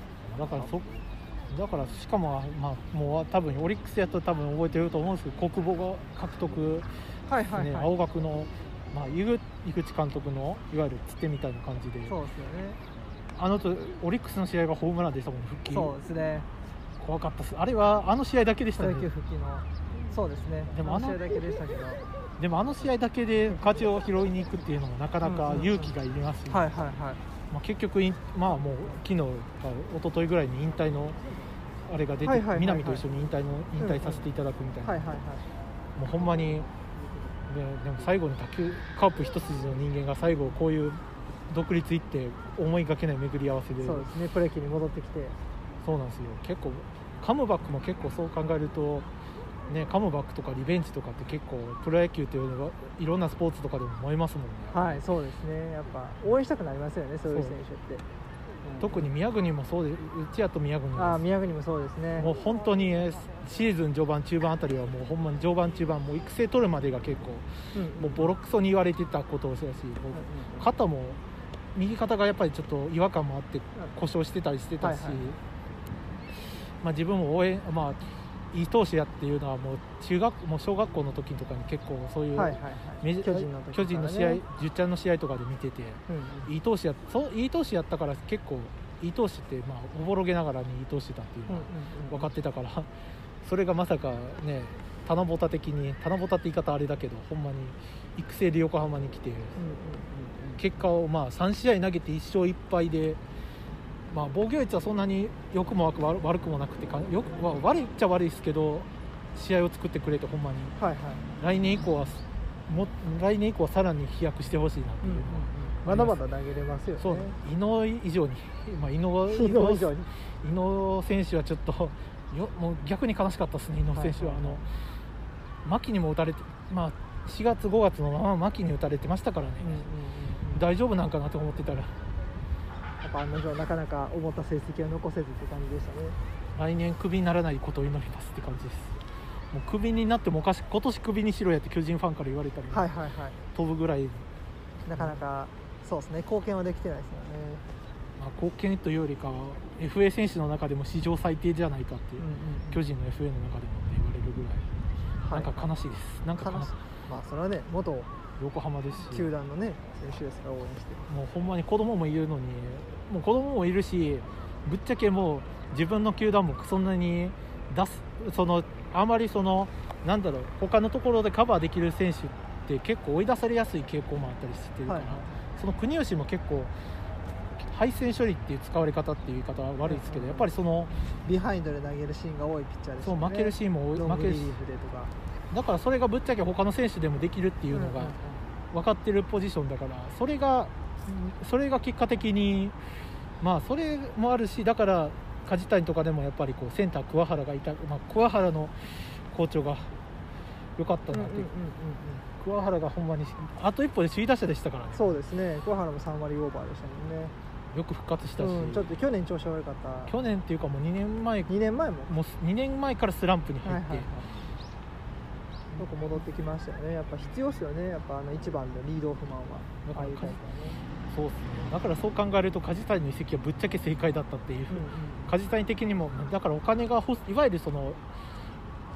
だからしかも、まあ、もう多分オリックスやと多分覚えてると思うんですけど、国母が獲得、青学の、まあ、井口監督のいわゆるつてみたいな感じで、 そうですよね。 オリックスの試合がホームランでしたもんね、復帰。 そうですね。 怖かったです。あれはあの試合だけでしたね。 復帰の。そうですね。でもあの試合だけでしたけど。 でもあの試合だけで勝ちを拾いに行くっていうのもなかなか勇気がいりますし、まあ、結局、まあ、もう昨日か一昨日ぐらいに引退のあれが出て、南と一緒に引退させていただくみたいな、もうほんまに、でも最後にカープ一筋の人間が最後こういう独立行って思いがけない巡り合わせで、 そうですね、プロ野球に戻ってきて、 そうなんですよ。結構カムバックも結構そう考えるとね、カムバックとかリベンジとかって結構プロ野球っていうのがいろんなスポーツとかでも思いますもんね。 はい、そうですね。やっぱ応援したくなりますよね、そういう選手って。 特に宮国もそうで、内谷と宮国も宮国もそうですね。 もう本当にシーズン序盤中盤あたりはもうほんまに序盤中盤もう育成取るまでが結構、もうボロクソに言われてたことをしたし、肩も右肩がやっぱりちょっと違和感もあって故障してたりしてたし、まあ自分も応援、まあいい投手やっていうのはもう小学校の時とかに結構そういう巨人の試合、10ちゃんの試合とかで見てて、いい投手やったから結構いい投手ってまあおぼろげながらにいい投手だっていうのは分かってたから、それがまさかね、棚ぼた的に、棚ぼたって言い方あれだけどほんまに育成で横浜に来て、結果をまあ3試合投げて1勝1敗で。まあ、防御率はそんなに良くも悪くもなくて、悪いっちゃ悪いですけど試合を作ってくれてほんまに、来年以降はさらに飛躍してほしいなっていう、 まだまだ投げれますよね。 そう、伊野以上に、まあ、伊野選手はちょっともう逆に悲しかったですね。伊野選手は牧にも打たれて、まあ、4月5月のまま牧に打たれてましたからね、大丈夫なんかなと思ってたら、 案の定なかなか思った成績を残せずって感じでしたね。 来年クビにならないことを祈りますって感じです。もうクビになってもおかしく、今年クビにしろやって巨人ファンから言われたり、飛ぶぐらいなかなかそうですね、貢献はできてないですよね。 まあ、貢献というよりかは FA 選手の中でも史上最低じゃないかっていう、巨人の FA の中でもって言われるぐらい、なんか悲しいです。なんか悲しい。 まあそれはね、元横浜ですし、 球団のね選手ですから応援して、 もうほんまに子供もいるのに、もう子供もいるし、ぶっちゃけもう自分の球団もそんなにあまりなんだろう、他のところでカバーできる選手って結構追い出されやすい傾向もあったりしてるから、その国吉も結構敗戦処理っていう使われ方っていう言い方は悪いですけど、やっぱりビハインドで投げるシーンが多いピッチャーですよね。 そう、負けるシーンも多い、 ロングリリーフでとか、 だからそれがぶっちゃけ他の選手でもできるっていうのが分かってるポジションだから、それが結果的に、まあそれもあるし、だから梶谷とかでもやっぱりセンター桑原がいた、まあ、桑原の好調が良かったなっていう、桑原がほんまにあと一歩で首位打者でしたからね。 そうですね、桑原も3割オーバーでしたもんね。 よく復活したし、 ちょっと去年調子悪かった。 去年っていうかもう2年前からスランプに入って、 よく戻ってきましたよね。やっぱ必要ですよね、やっぱ1番のリードオフマンは。ああいうタイプはね。 そうですね。だからそう考えると梶谷の移籍はぶっちゃけ正解だったっていう、梶谷的にもだからお金がいわゆる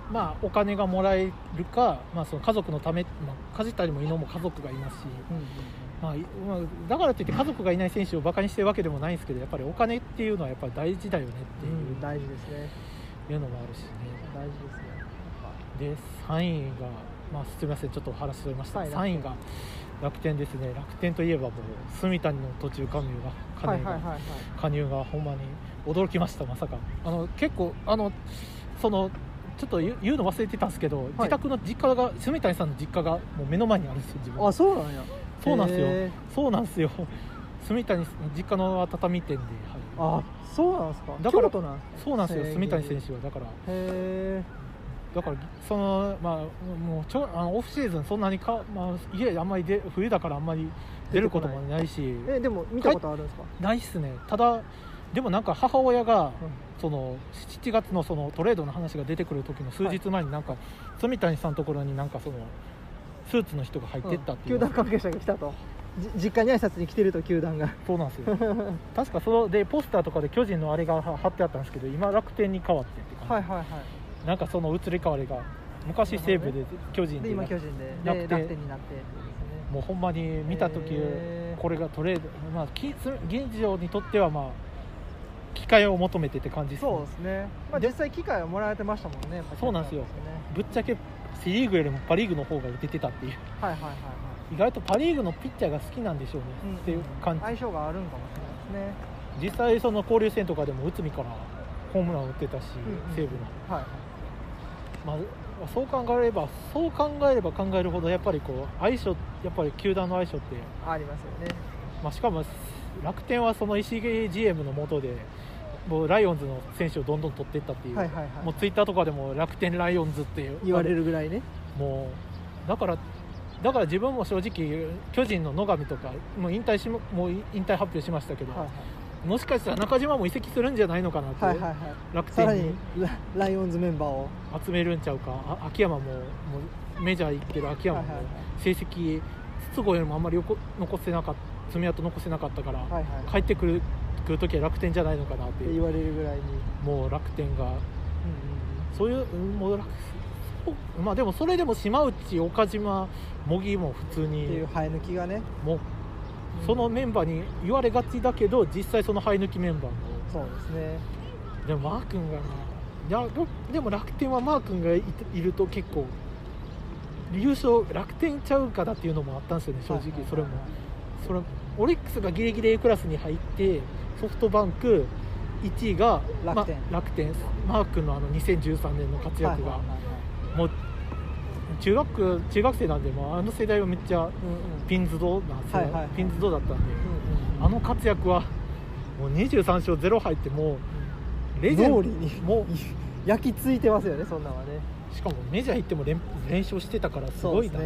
まあ、お金がもらえるか、まあ、その家族のため、まあ、梶谷も伊野も家族がいますし、まあ、だからといって家族がいない選手をバカにしてるわけでもないんですけど、やっぱりお金っていうのはやっぱり大事だよねっていう、 大事ですね。 いうのもあるしね。 大事ですね。 で3位が、まあ、すみませんちょっと話しとりました。3位が楽天ですね。楽天といえばもう住谷の途中加入がほんまに驚きました。まさか結構そのちょっと言うの忘れてたんですけど、自宅の実家が住谷さんの実家がもう目の前にあるんですよ。自分。 あ、そうなんや。 そうなんですよ。そうなんですよ。住谷の実家の畳店で、 あ、そうなんですか。 だから京都なんですか。 そうなんですよ。住谷選手はだから。だからそのまあもうオフシーズンそんなにまあ家あんまり冬だからあんまり出ることもないし。 でも見たことあるんですか。 ないっすね。ただでもなんか母親が、その7月のそのトレードの話が出てくる時の数日前になんか、住谷さんのところになんかそのスーツの人が入ってったっていう、 球団関係者が来たと、実家に挨拶に来てると、球団が。 そうなんですよ。確かそれでポスターとかで巨人のあれが貼ってあったんですけど、今楽天に変わってって感じ。なんかその移り変わりが昔西武で巨人で、 今巨人で楽天になって、 もうほんまに見た時これがトレード、まあ現状にとってはまあ機会を求めてって感じですね。 そうですね。まあ、実際機会をもらえてましたもんね。 そうなんですよ。ぶっちゃけセリーグよりもパリーグの方が打ててたっていう。意外とパリーグのピッチャーが好きなんでしょうね、っていう感じ。 相性があるんかもしれないですね。 実際その交流戦とかでも内海からホームランを打ってたし、西武の。まあそう考えれば考えるほどやっぱりこう相性、やっぱり球団の相性ってありますよね。 まあ、しかも楽天はその石毛 GM の下でもうライオンズの選手をどんどん取っていったっていう、もうツイッターとかでも楽天ライオンズっていう言われるぐらいね。 もうだから自分も正直巨人の野上とかもう引退発表しましたけど、もしかしたら中島も移籍するんじゃないのかなって、楽天にライオンズメンバーを集めるんちゃうか。秋山もメジャー行ってる秋山も成績筒香よりもあんまり残せなかった、爪痕残せなかったから、帰ってくる時は楽天じゃないのかなって言われるぐらいに、 もう楽天が、そういうまあでもそれでも島内、岡島、茂木も普通にっていう生え抜きがね、 もうそのメンバーに言われがちだけど、実際その生え抜きメンバーもそうですね。 でもマー君がでも楽天はマー君がいると結構優勝楽天ちゃうかだっていうのもあったんですよね、正直。それオリックスがギリギリ A クラスに入って、ソフトバンク1位が楽天、マー君の2013年の活躍が、もう中学生なんで、もう世代はめっちゃピンズドなんですよ、ピンズドだったんで、活躍はもう23勝0敗って、もうレジェンドにもう焼き付いてますよね、そんなのはね。 しかもメジャー行っても連勝してたからすごいなって。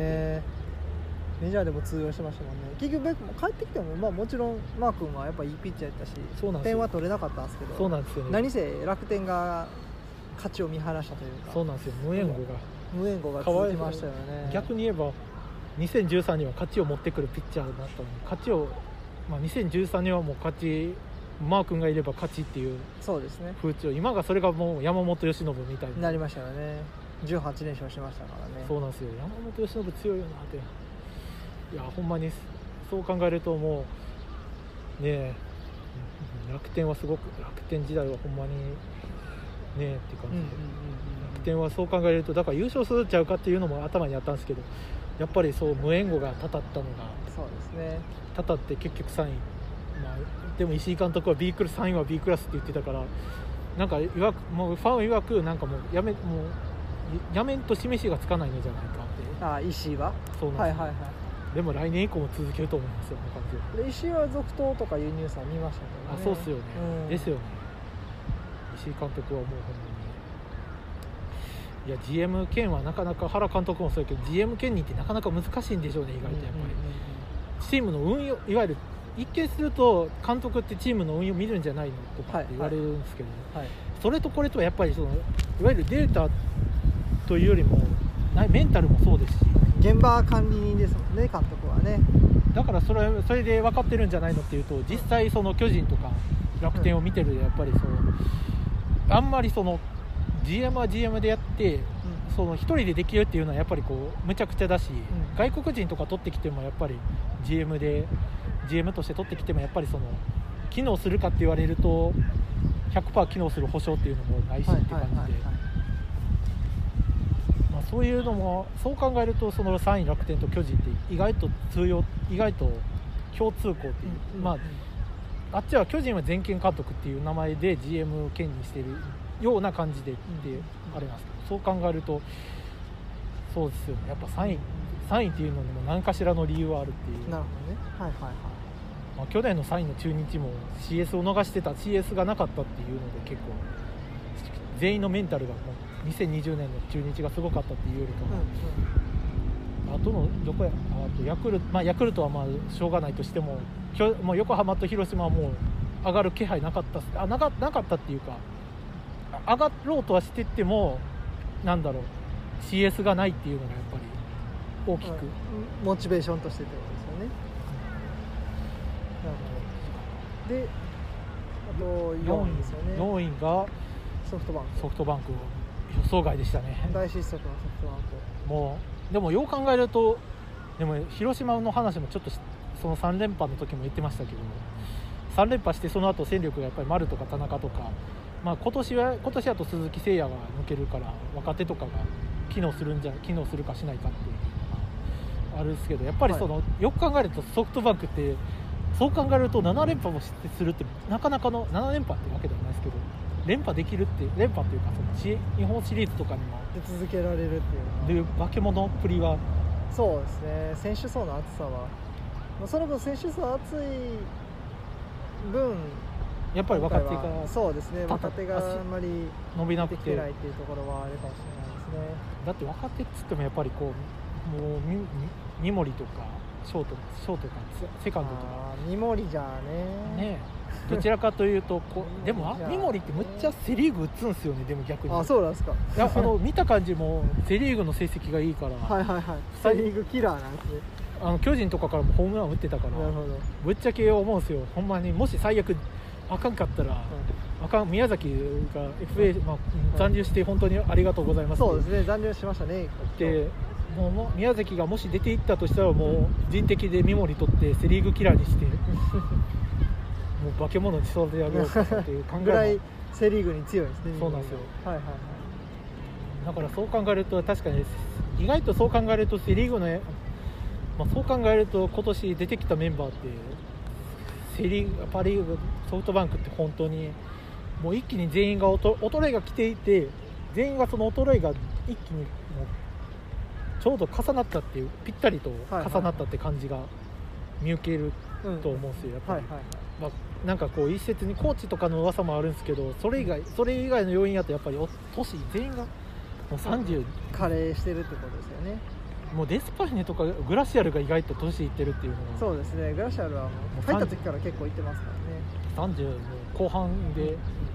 メジャーでも通用してましたもんね。結局帰ってきても、まあ、もちろんマー君はやっぱいいピッチャーやったし、点は取れなかったんですけど、 そうなんですよね。 何せ楽天が勝ちを見放したというか、 そうなんですよ。無援護が続きましたよね。 逆に言えば2013年は勝ちを持ってくるピッチャーだったのに、勝ちを、まあ、2013年はもう勝ち、マー君がいれば勝ちっていう風潮、今がそれがもう山本由伸みたいになりましたよね。18連勝しましたからね。 そうなんですよ。山本由伸強いよなって。いやほんまにそう考えると、もうね、楽天はすごく、楽天時代はほんまにねって感じで、楽天はそう考えると、だから優勝するんちゃうかっていうのも頭にあったんですけど、やっぱりそう無援護がたたったのが、 そうですね、 たたって結局3位、まあ、でも石井監督は3位は B クラスって言ってたから、なんかもうファン曰くなんかもうやめんと示しがつかないのじゃないかって。 石井はそうなんですよ。でも来年以降も続けると思いますよ、感じで。 石井は続投とかいうニュースは見ましたけどね。 そうっすよね、ですよね。石井監督はもうほんまに、いや GM 兼はなかなか、原監督もそうやけど GM 兼任ってなかなか難しいんでしょうね、意外とやっぱり、チームの運用、いわゆる一見すると監督ってチームの運用見るんじゃないのとかって言われるんですけど、それとこれとはやっぱりいわゆるデータというよりもメンタルもそうですし、 現場管理人ですもんね、監督はね。 だからそれで分かってるんじゃないのっていうと、実際その巨人とか楽天を見てると、やっぱりあんまりGM は GM でやって、 その1人でできるっていうのはやっぱりこうむちゃくちゃだし、外国人とか取ってきてもやっぱり GM として取ってきてもやっぱりその機能するかって言われると 100% 機能する保証っていうのもないしって感じで、そういうのもそう考えるとその3位楽天と巨人って意外と共通項っていう、あっちは巨人は全権監督っていう名前で GM を兼任しているような感じでってあれなんですけど、そう考えるとそうですよね、やっぱ3位っていうのにも何かしらの理由はあるっていう。 なるほどね。 去年の3位の中日も CS を逃してた CS がなかったっていうので結構全員のメンタルがもう2020年の中日がすごかったっていうよりかは、あとのヤクルトはまあしょうがないとしても、もう横浜と広島はもう上がる気配なかったっていうか、上がろうとはしてってもなんだろう CS がないっていうのがやっぱり大きく、 モチベーションとしてってことですよね。なるほど。であと4位ですよね。 4位がソフトバンク予想外でしたね。 大失速のソフトバンク。 もうでもよう考えると、でも広島の話もちょっとその3連覇の時も言ってましたけども、3連覇してその後戦力がやっぱり丸とか田中とか、今年だと鈴木誠也が抜けるから若手とかが機能するかしないかっていうのがあるんですけど、やっぱりその、よく考えるとソフトバンクってそう考えると7連覇もするってなかなかの7連覇ってわけではないですけど、連覇っていうかその日本シリーズとかにも出続けられるっていう化け物っぷりは。 そうですね、選手層の厚さはその分選手層厚い分やっぱり若手がそうですね、若手があんまり伸びなくてできてないっていうところはあるかもしれないですね。 だって若手っつってもやっぱりこうもう三森とかショートかセカンドとか三森じゃねどちらかというとでも三森ってむっちゃセリーグ打つんですよね。でも逆にそうなんですか。 いや見た感じもセリーグの成績がいいからセリーグキラーなんですね。 巨人とかからもホームラン打ってたから、 なるほど、 ぶっちゃけ思うんですよ。ほんまにもし最悪あかんかったら、宮崎が FA、残留して本当にありがとうございます。 そうですね、残留しましたね。 でもう宮崎がもし出ていったとしたらもう人的で三森取ってセリーグキラーにしてもう化け物に育て上げようかっていう考えぐらいセリーグに強いですね。 そうなんですよ。だからそう考えると確かに意外とそう考えるとセリーグのそう考えると今年出てきたメンバーってパ・リーグソフトバンクって本当にもう一気に全員が衰えが来ていて、全員がその衰えが一気にもうちょうど重なったっていう、ぴったりと重なったって感じが見受けると思うんですよ。やっぱりなんかこう一説にコーチとかの噂もあるんですけど、それ以外の要因だとやっぱり年全員がもう30 加齢してるってことですよね。 もうデスパイネとかグラシアルが意外と年いってるっていうのは。そうですね、 グラシアルはもう入った時から結構いってますからね。30の後半で、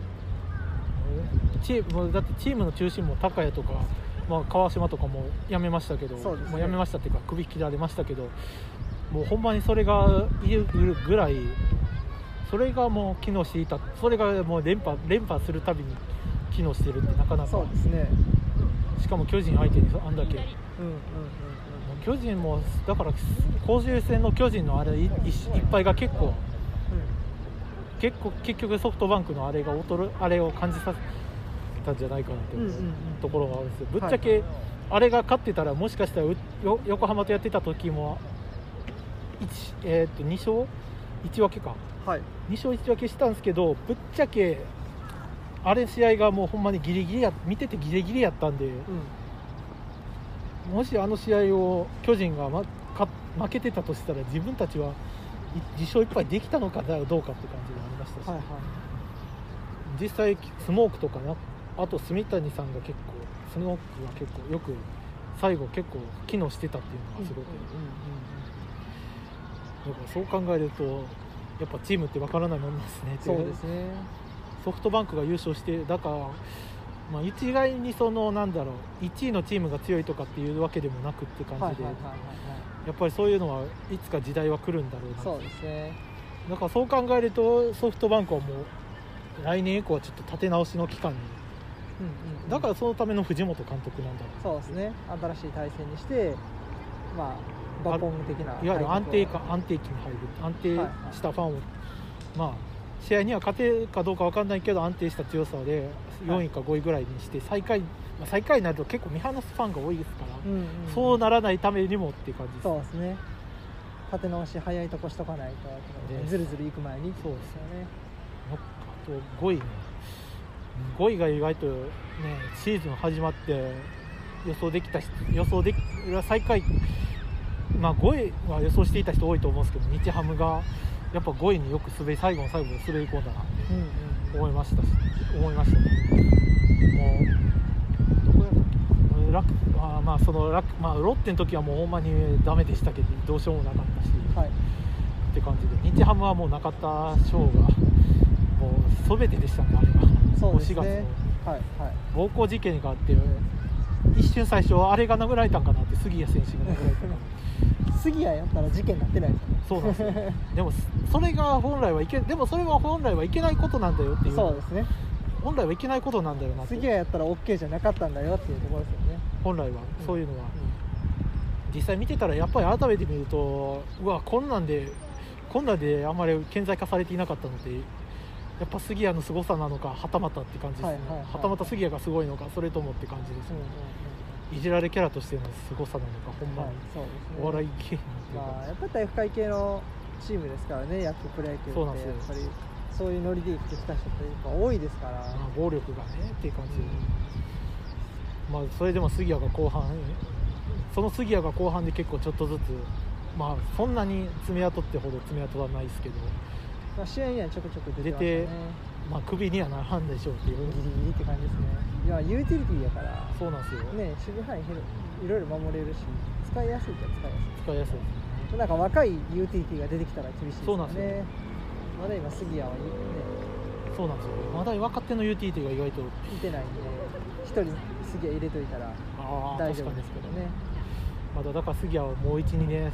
だってチームの中心も高谷とか、川島とかも辞めましたけど、もう辞めましたっていうか首切られましたけど、もうほんまにそれが言うぐらいそれがもう機能していた、それがもう連覇するたびに機能してるってなかなか。 そうですね。 しかも巨人相手にあんだけ、巨人もだから公衆戦の巨人のあれいっぱいが結局ソフトバンクのあれを感じさせたんじゃないかなというところがあるんですよ。ぶっちゃけあれが勝ってたらもしかしたら横浜とやってた時も2勝1分けか、2勝1分けしたんですけど、ぶっちゃけあれ試合がもうほんまに見ててギリギリやったんで、もしあの試合を巨人が、負けてたとしたら自分たちは10勝1敗できたのかどうかって感じがありましたし、実際スモークとかあと住谷さんがスモークが結構よく最後結構機能してたっていうのがすごく、だからそう考えるとやっぱチームって分からないもんですね。 そうですね。 ソフトバンクが優勝して、だから一概に1位のチームが強いとかっていうわけでもなくって感じで、やっぱりそういうのはいつか時代は来るんだろうな。 そうですね。 だからそう考えるとソフトバンクはもう来年以降はちょっと立て直しの期間にだからそのための藤本監督なんだろう。そうですね、新しい体制にして、まあ、バポン的ないわゆる安定期に入る、安定したファンを、まあ、試合には勝てるかどうか分かんないけど安定した強さで4位か5位ぐらいにして最下位になると結構見放すファンが多いですから、そうならないためにもっていう感じです。 そうですね、立て直し早いとこしとかないとずるずるいく前に。 そうですよね。あと5位が意外とねシーズン始まって予想で最下位、まあ5位は予想していた人多いと思うんですけど、日ハムがやっぱ5位によく最後の最後で滑り込んだなって思いましたね。もうどこやったっけ、ロッテの時はもうほんまにダメでしたけどどうしようもなかったし、って感じで日ハムはもう中田翔がもう全てでしたね。あれがそうですね、 4月の暴行事件があって一瞬最初あれが殴られたんかなって、杉谷選手が殴られたか杉谷やったら事件になってないですよね。 そうなんですよでもそれは本来はいけないことなんだよっていう。 そうですね、 本来はいけないことなんだよなって。 杉谷やったら OK じゃなかったんだよっていうところですよね。 本来はそういうのは、実際見てたらやっぱり改めて見ると、うわこんなんであんまり顕在化されていなかったので、やっぱ杉谷の凄さなのかはたまたって感じですね。はたまた杉谷がすごいのかそれともって感じですね。いじられキャラとしての凄さなのか、ほんまに、お笑い芸人っていうか、 やっぱり体育会系のチームですからね、野球プロ野球って。 そうなんですよ。 やっぱりそういうノリで生きてきた人というか多いですから、 暴力がねっていう感じで、それでも杉谷が後半で結構ちょっとずつ、そんなに爪痕ってほど爪痕はないですけど、 試合にはちょこちょこ出てましたね。 首にはならんでしょうっていう、 ギリギリって感じですね。いやユーティリティやから、 そうなんですよね、守備範囲いろいろ守れるし使いやすいっちゃ使いやすいですね。 なんか若いユーティリティが出てきたら厳しいですよね。 そうなんですよ。 まだ今杉谷はいいね。 そうなんですよ。まだ若手のユーティリティが意外といてないんで、1人杉谷入れといたら大丈夫ですけどね。 まだだから杉谷はもう 1,2 年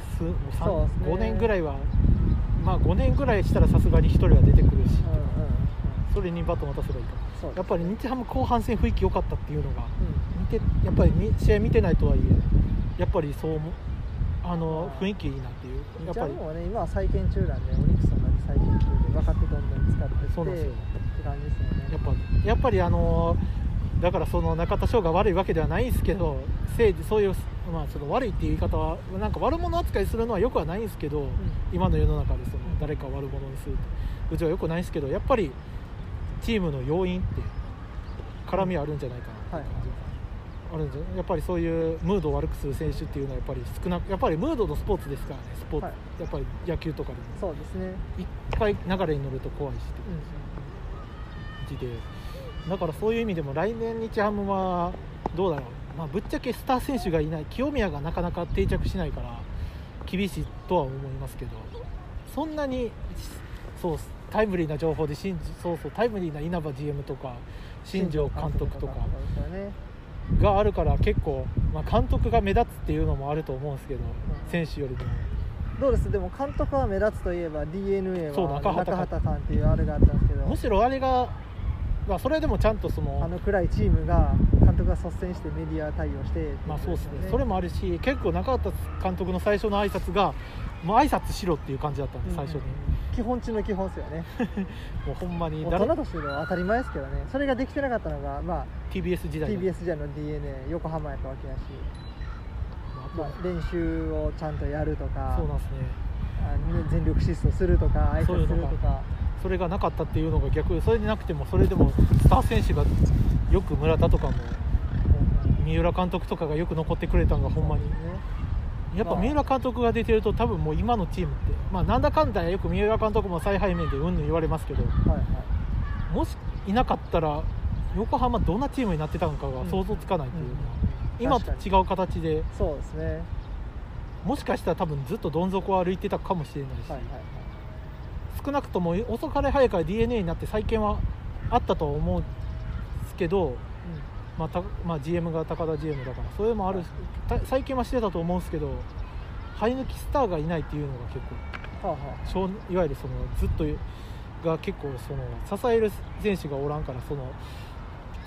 5年ぐらいは、5年ぐらいしたらさすがに1人は出てくるし、それにバトン渡せばいいか。やっぱり日ハム後半戦雰囲気良かったっていうのが、やっぱり試合見てないとはいえやっぱりそう雰囲気いいなっていう。 やっぱりもうね、今は再建中なんで、オニックスの再建中で若手どんどん使ってってそうなんですよって感じですよね。 やっぱりだからその中田翔が悪いわけではないんですけど、そういう、その悪いっていう言い方はなんか悪者扱いするのはよくはないんですけど、今の世の中でその誰かを悪者にするうちはよくないんですけど、やっぱりチームの要因って絡みあるんじゃないかなって感じがあるんじゃ、やっぱりそういうムードを悪くする選手っていうのはやっぱりムードのスポーツですからね。やっぱり野球とかでもそうですね、 いっぱい流れに乗ると怖いしって感じで、だからそういう意味でも来年日ハムはどうだろう、ぶっちゃけスター選手がいない、清宮がなかなか定着しないから厳しいとは思いますけど、そんなにタイムリーな情報でタイムリーな稲葉 GM とか新庄監督とかがあるから結構、監督が目立つっていうのもあると思うんですけど、選手よりもどうです。でも監督は目立つといえば DNA は中畑さんっていうあれがあったんですけど、 むしろあれが、それでもちゃんと暗いチームが監督が率先してメディア対応して、 そうですね、それもあるし、結構中畑監督の最初の挨拶がもう挨拶しろっていう感じだったんで、最初に基本中の基本ですよねもうほんまに大人としての当たり前ですけどね。それができてなかったのが、 TBS 時代の DNA 横浜やったわけやし、練習をちゃんとやるとか、 そうなんですね、 全力疾走するとか挨拶するとか、 それがなかったっていうのが逆に、それでなくてもそれでもスター選手がよく村田とかも三浦監督とかがよく残ってくれたのがほんまに、やっぱ三浦監督が出てると多分もう今のチームって、なんだかんだよく三浦監督も采配面でうんぬん言われますけど、もしいなかったら横浜どんなチームになってたのかが想像つかないというか、今と違う形で、 そうですね、 もしかしたら多分ずっとどん底を歩いてたかもしれないし、少なくとも遅かれ早かれ DNA になって再建はあったと思うんですけど、GM が高田 GM だからそれもある、再建はしてたと思うんですけど、生え抜きスターがいないっていうのが結構、いわゆるずっとが結構支える選手がおらんから、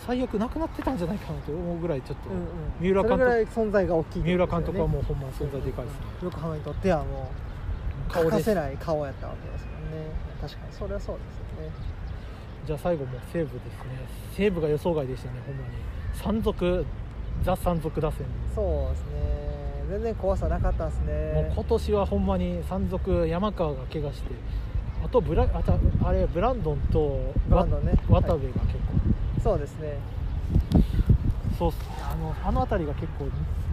最悪なくなってたんじゃないかなと思うぐらいちょっと、 三浦監督それぐらい存在が大きい、ね、 三浦監督はもうほんま存在でかいですね。 横浜にとってはもう欠かせない顔やったわけですもんね。確かにそれはそうですよね。 じゃあ最後もう西武ですね。西武が予想外でしたね。ほんまに山賊、ザ山賊打線。 そうですね。全然怖さなかったですね。 もう今年はほんまに山賊、山川が怪我して、あとブランドンと渡部が結構、はい、 そうですね。 そうあの辺りが結構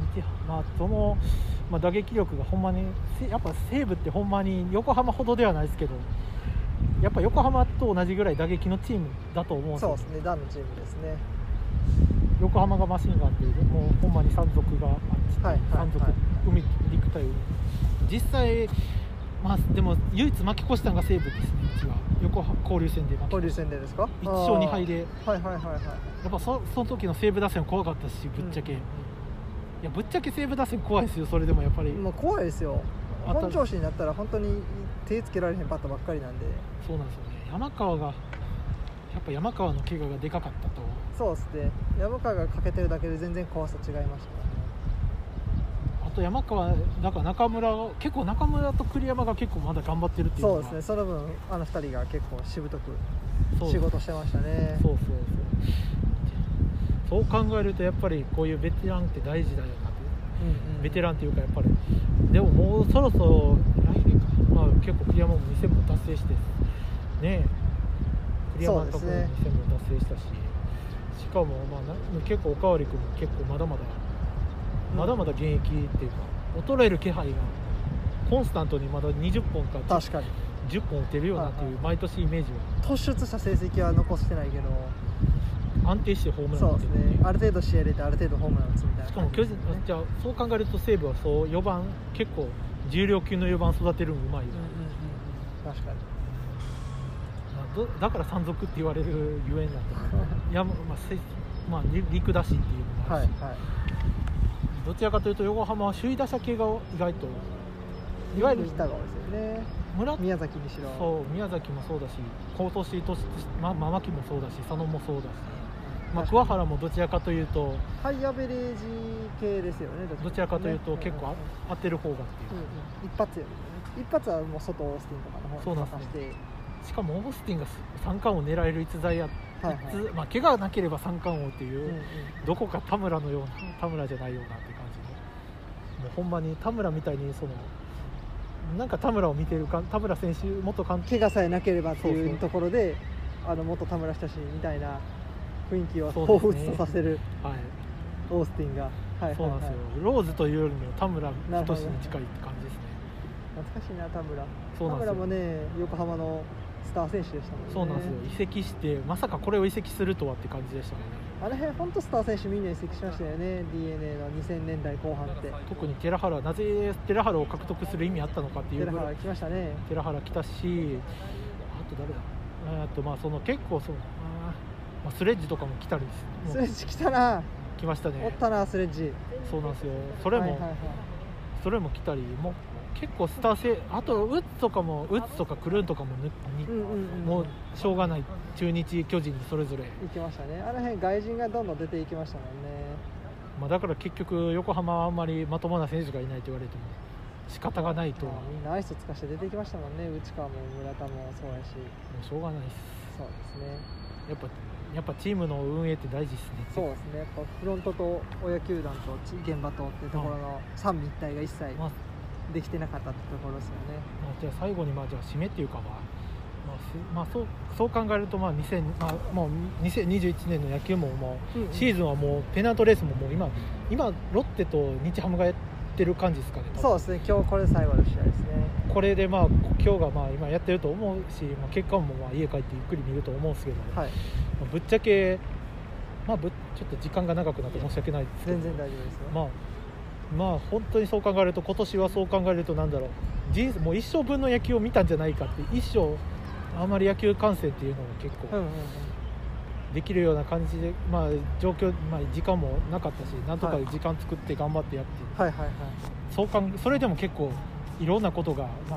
打撃力がほんまにやっぱ西武ってほんまに横浜ほどではないですけど、やっぱ横浜と同じぐらい打撃のチームだと思うんですよ。 そうですね、ダンのチームですね。 横浜がマシンガンっていう、もうほんまに山賊が山賊、海陸対海、実際でも唯一負け越したのが西武ですね。うちは横浜交流戦で交流戦でですか。 1勝2敗で、 やっぱその時の西武打線怖かったし、ぶっちゃけ、いやぶっちゃけ西武打線怖いですよ。それでもやっぱり怖いですよ。本調子になったら本当に手つけられへんバッターばっかりなんで。 そうなんですよね。山川の怪我がでかかったと。 そうですね。山川が欠けてるだけで全然怖さ違いましたね。 あと山川だから中村と栗山が結構まだ頑張ってるっていうのが。 そうですね。その分2人が結構しぶとく仕事してましたね。 そう考えるとやっぱりこういうベテランって大事だよなって、ベテランっていうかやっぱりでももうそろそろ来年か、結構栗山も2000も達成してね、栗山とかも2000も達成したし、しかも結構おかわり君も結構まだまだ現役っていうか衰える気配がコンスタントにまだ20本か確かに 10本打てるようなっていう毎年イメージは。 突出した成績は残してないけど安定してホームラン打ってる、 そうですね。ある程度試合入れてある程度ホームラン打つみたいな、ね、 しかも巨人じゃあそう考えると西武はそう4番結構重量級の4番育てるのうまいよ、 確かに。 だから山賊って言われるゆえんなんだけど陸だしっていうのもあるし、どちらかというと横浜は首位打者系が意外といわゆる北川ですよね。宮崎にしろ。 そう宮崎もそうだし、今年牧もそうだし、佐野もそうだし、桑原もどちらかというとハイアベレージ系ですよね。 どちらかというと結構当てる方がっていう、 一発よりね。一発はもう外オースティンとかの方に任せて、 しかもオースティンが三冠を狙える逸材や、怪我がなければ三冠王っていう、どこか田村のような田村じゃないようなって感じの、もうほんまに田村みたいになんか田村を見てるか、田村選手元監督怪我さえなければっていうところで元田村親しみたいな雰囲気を彷彿とさせる、オースティンが、 そうなんですよ。ローズというよりも田村仁に近いって感じですね。 懐かしいな田村もね横浜のスター選手でしたもんね。 そうなんですよ。移籍してまさかこれを移籍するとはって感じでしたね。 あの辺本当スター選手みんな移籍しましたよね。 DNA の2000年代後半って特に寺原、なぜ寺原を獲得する意味あったのかっていうぐらい。 寺原来ましたね。 寺原来たし、あと誰だ、その結構スレッジとかも来たりスレッジ来たな。 来ましたね。 おったなスレッジ。 そうなんですよ。それも来たり、もう結構スター性、あとウッズとかクルーンとかももうしょうがない、中日巨人にそれぞれ行きましたね。あの辺外人がどんどん出ていきましたもんね。 だから結局横浜はあんまりまともな選手がいないと言われても仕方がないと、 みんなアイスつかして出ていきましたもんね。内川も村田もそうやし、 もうしょうがないです。 そうですね。 やっぱチームの運営って大事ですね。 そうですね。やっぱフロントと親球団と現場とっていうところの三位一体が一切できてなかったってところですよね。 じゃあ最後にじゃあ締めっていうかそう考えるともう2021年の野球もシーズンはもうペナントレースももう今ロッテと日ハムがやってる感じですかね。 そうですね。今日これ最後の試合ですね。 これで今日が今やってると思うし、結果も家帰ってゆっくり見ると思うんですけど、ぶっちゃけちょっと時間が長くなって申し訳ないですけど、 全然大丈夫ですよ。 本当にそう考えると、今年はそう考えるともう一生分の野球を見たんじゃないかって、一生あまり野球観戦っていうのも結構できるような感じで、状況、時間もなかったし、なんとか時間作って頑張ってやって、それでも結構いろんなことが、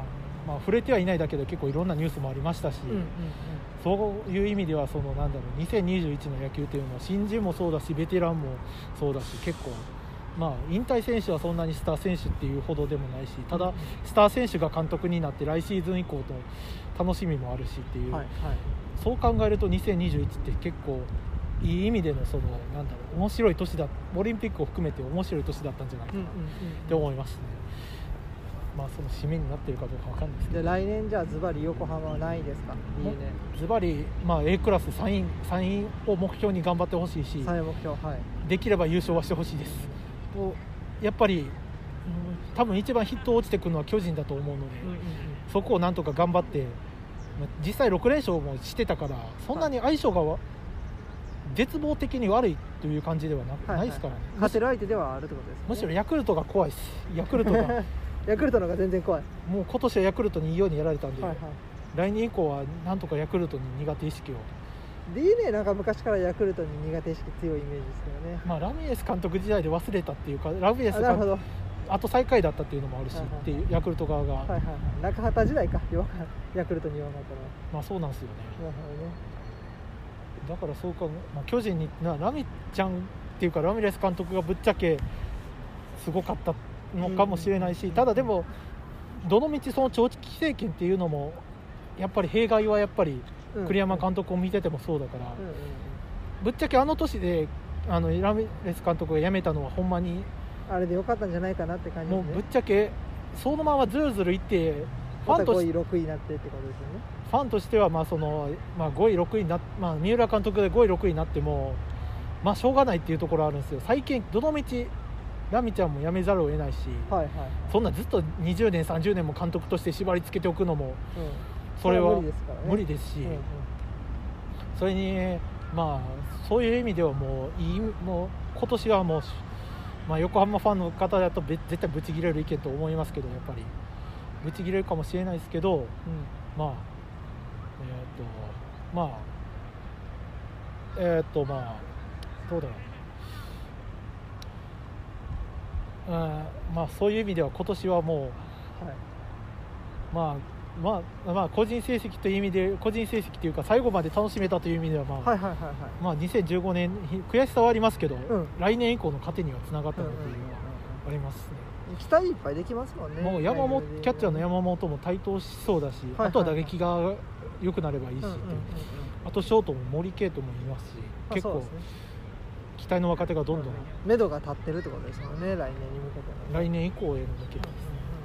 触れてはいないだけで結構いろんなニュースもありましたし、そういう意味では2021の野球というのは新人もそうだしベテランもそうだし、結構引退選手はそんなにスター選手っていうほどでもないし、ただスター選手が監督になって来シーズン以降と楽しみもあるしっていう、そう考えると2021って結構いい意味での面白い年だ、オリンピックを含めて面白い年だったんじゃないかなって思いますね。その締めになってるかどうか分かんないですけど、 来年じゃあズバリ横浜はないですか？ ズバリ、A クラス3位を目標に頑張ってほしいし、 3位目標、 できれば優勝はしてほしいです。やっぱり、多分一番ヒット落ちてくるのは巨人だと思うので、そこをなんとか頑張って、実際6連勝もしてたからそんなに相性が絶望的に悪いという感じではないですからね。 勝てる相手ではあるってことですね。 むしろヤクルトが怖いです。ヤクルトがヤクルトの方が全然怖い。 もう今年はヤクルトにいいようにやられたんで、来年以降はなんとかヤクルトに苦手意識を。 DNA なんか昔からヤクルトに苦手意識強いイメージですけどね。 ラミレス監督時代で忘れたっていうか、ラミレス監督あと最下位だったっていうのもあるし、っていうヤクルト側が、 中畑時代かヤクルトに弱かったのは。 そうなんですよね。だからそうか、巨人にラミちゃんっていうかラミレス監督がぶっちゃけすごかったのかもしれないし、ただでもどのみちその長期政権っていうのもやっぱり弊害はやっぱり栗山監督を見ててもそうだから、ぶっちゃけあの年でラミレス監督が辞めたのはほんまにあれでよかったんじゃないかなって感じですね。 もうぶっちゃけそのままずるずるいってファンとして5位6位になってってことですよね。 ファンとしては5位6位になって、三浦監督で5位6位になってもしょうがないっていうところあるんですよ。最近どのみちラミちゃんも辞めざるを得ないし、そんなずっと20年30年も監督として縛り付けておくのも、それは無理ですし、それにそういう意味ではもう今年はもう、横浜ファンの方だと絶対ブチギレる意見と思いますけど、やっぱりブチギレるかもしれないですけど、どうだろう、そういう意味では今年はもう、個人成績という意味で、個人成績というか最後まで楽しめたという意味では2015年悔しさはありますけど、来年以降の糧にはつながったのというのはありますね。 期待いっぱいできますもんね。 もうキャッチャーの山本も台頭しそうだし、あとは打撃が良くなればいいし、あとショートも森圭斗もいますし、結構期待の若手がどんどん目処が立ってるってことですもんね。来年に向けての来年以降への向けてですね。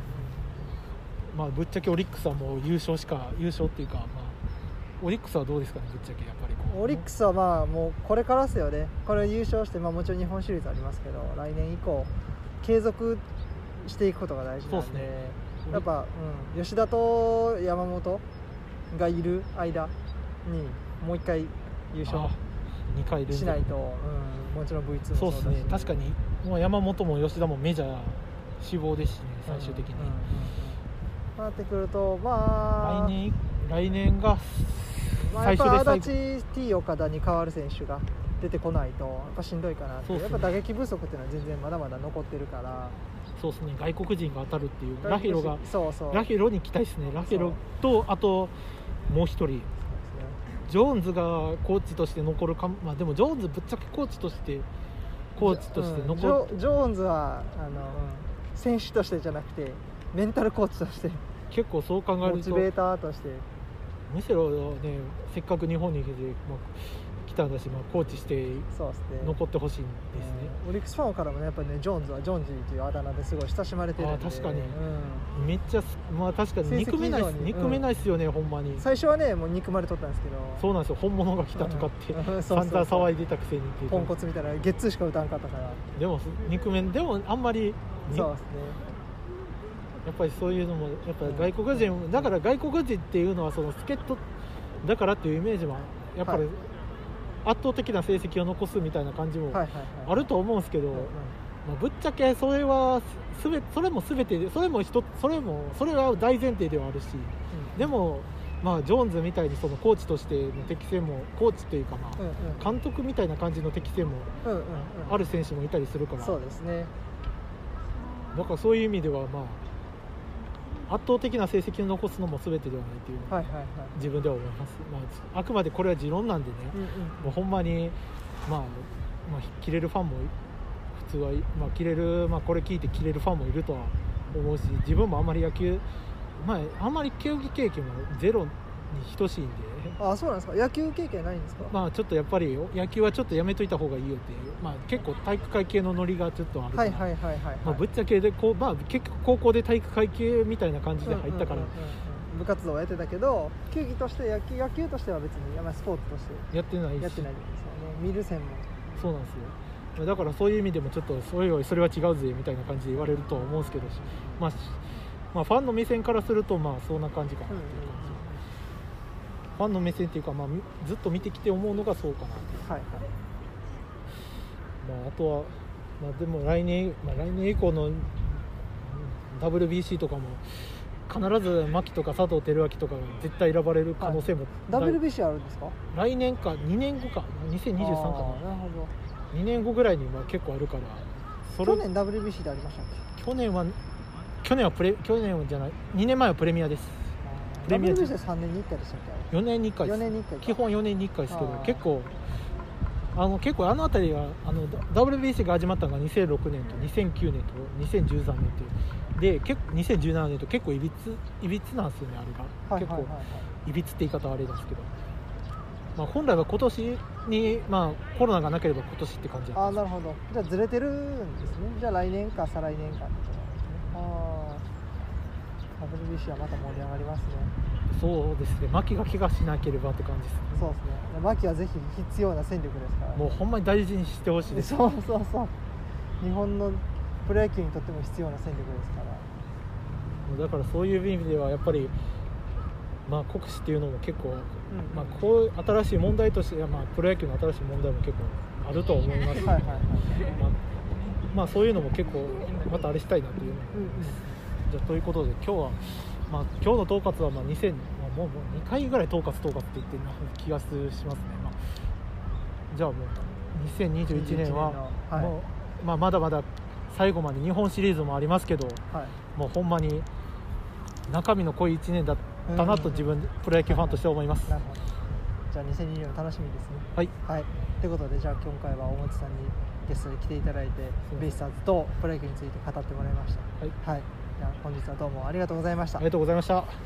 ぶっちゃけオリックスはもう優勝っていうか、オリックスはどうですかね。ぶっちゃけやっぱりオリックスはもうこれからですよね。これ優勝して、もちろん日本シリーズありますけど、来年以降継続していくことが大事なんで、 そうですね。 やっぱ、吉田と山本がいる間にもう一回優勝しないと、もちろん V2 もそうだし、 そうですね。確かにもう山本も吉田もメジャー志望ですしね、最終的に。 なってくると、 来年が最初で最後、足立 T 岡田に代わる選手が出てこないとやっぱしんどいかなって、やっぱ打撃不足っていうのは全然まだまだ残ってるから。 そうですね。外国人が当たるっていうラヘロに期待ですね。ラヘロと、あともう一人ジョーンズがコーチとして残るか、でもジョーンズぶっちゃけコーチとして残る。 ジョーンズは選手としてじゃなくてメンタルコーチとして結構そう考えるとモチベーターとして、 むしろね、せっかく日本に来たんだし、コーチして残ってほしいんですね。 オリックスファンからもね、やっぱりね、ジョーンズはジョーンジーというあだ名ですごい親しまれてるんで。 確かに、めっちゃ確かに憎めないですよね、ほんまに。 最初はね、もう憎まれとったんですけど、 そうなんですよ。本物が来たとかって散々騒いでたくせにっていう、 ポンコツみたいなゲッツーしか打たんかったから。 でもでもあんまりそうですね。 やっぱりそういうのもやっぱり外国人、だから外国人っていうのはその助っ人だからっていうイメージはやっぱり圧倒的な成績を残すみたいな感じもあると思うんですけど、ぶっちゃけそれはそれも全てそれは大前提ではあるし、でもジョーンズみたいにそのコーチとしての適性も、コーチというか監督みたいな感じの適性もある選手もいたりするから、 そうですね。 だからそういう意味では圧倒的な成績を残すのも全てではないというのは自分では思います。あくまでこれは持論なんでね、もうほんまに、切れるファンも普通は、切れる、これ聞いて切れるファンもいるとは思うし、自分もあんまり野球、あんまり競技経験もゼロに等しいんで。 あ、そうなんですか。野球経験ないんですか。 ちょっとやっぱり野球はちょっとやめといた方がいいよっていう、結構体育会系のノリがちょっとあるから、ぶっちゃけで結局高校で体育会系みたいな感じで入ったから、 部活動をやってたけど、球技として野球としては別にスポーツとしてやってないし、 ですよね。見る専門。 そうなんですよ。だからそういう意味でもちょっとそれは違うぜみたいな感じで言われるとは思うんですけど、ファンの目線からするとそんな感じかなっていう感じ。ファンの目線っていうか、ずっと見てきて思うのがそうかなっていう。あとは、でも来年以降の WBC とかも必ず牧とか佐藤輝明とかが絶対選ばれる可能性も、 WBC あるんですか。 来年か2年後か2023かな。なるほど。2年後ぐらいに結構あるから。 去年 WBC でありましたっけ。 去年はじゃない、2年前はプレミアです。 プレミア WBC で3年に1回でしたっけ。 4年に1回です。基本4年に1回ですけど、結構あの辺りはWBC が始まったのが2006年と2009年と2013年というで、2017年と結構いびつなんですよね、あれが。結構いびつって言い方はあれですけど、本来は今年に、コロナがなければ今年って感じだったんです。 なるほど。じゃあずれてるんですね。じゃあ来年か再来年かってことなんですね。WBC はまた盛り上がりますね。 そうですね。牧が怪我しなければって感じですね。 そうですね。牧はぜひ必要な戦力ですから、ね、 もうほんまに大事にしてほしいです。 そう日本のプロ野球にとっても必要な戦力ですから。 だからそういう意味ではやっぱり国試っていうのも結構、こう新しい問題として、プロ野球の新しい問題も結構あると思いますので、そういうのも結構またあれしたいなというのも思います。じゃあということで今日は、今日の統括はもう2回ぐらい統括って言ってる気がしますね。じゃあもう2021年はもう、まだまだ最後まで日本シリーズもありますけど、もうほんまに中身の濃い1年だったなと自分プロ野球ファンとして思います。 なるほど。じゃあ2020年楽しみですね。はい。ということで、じゃあ今回は大持さんにゲストで来ていただいて、ベイスターズとプロ野球について語ってもらいました。はい。じゃあ本日はどうもありがとうございました。 ありがとうございました。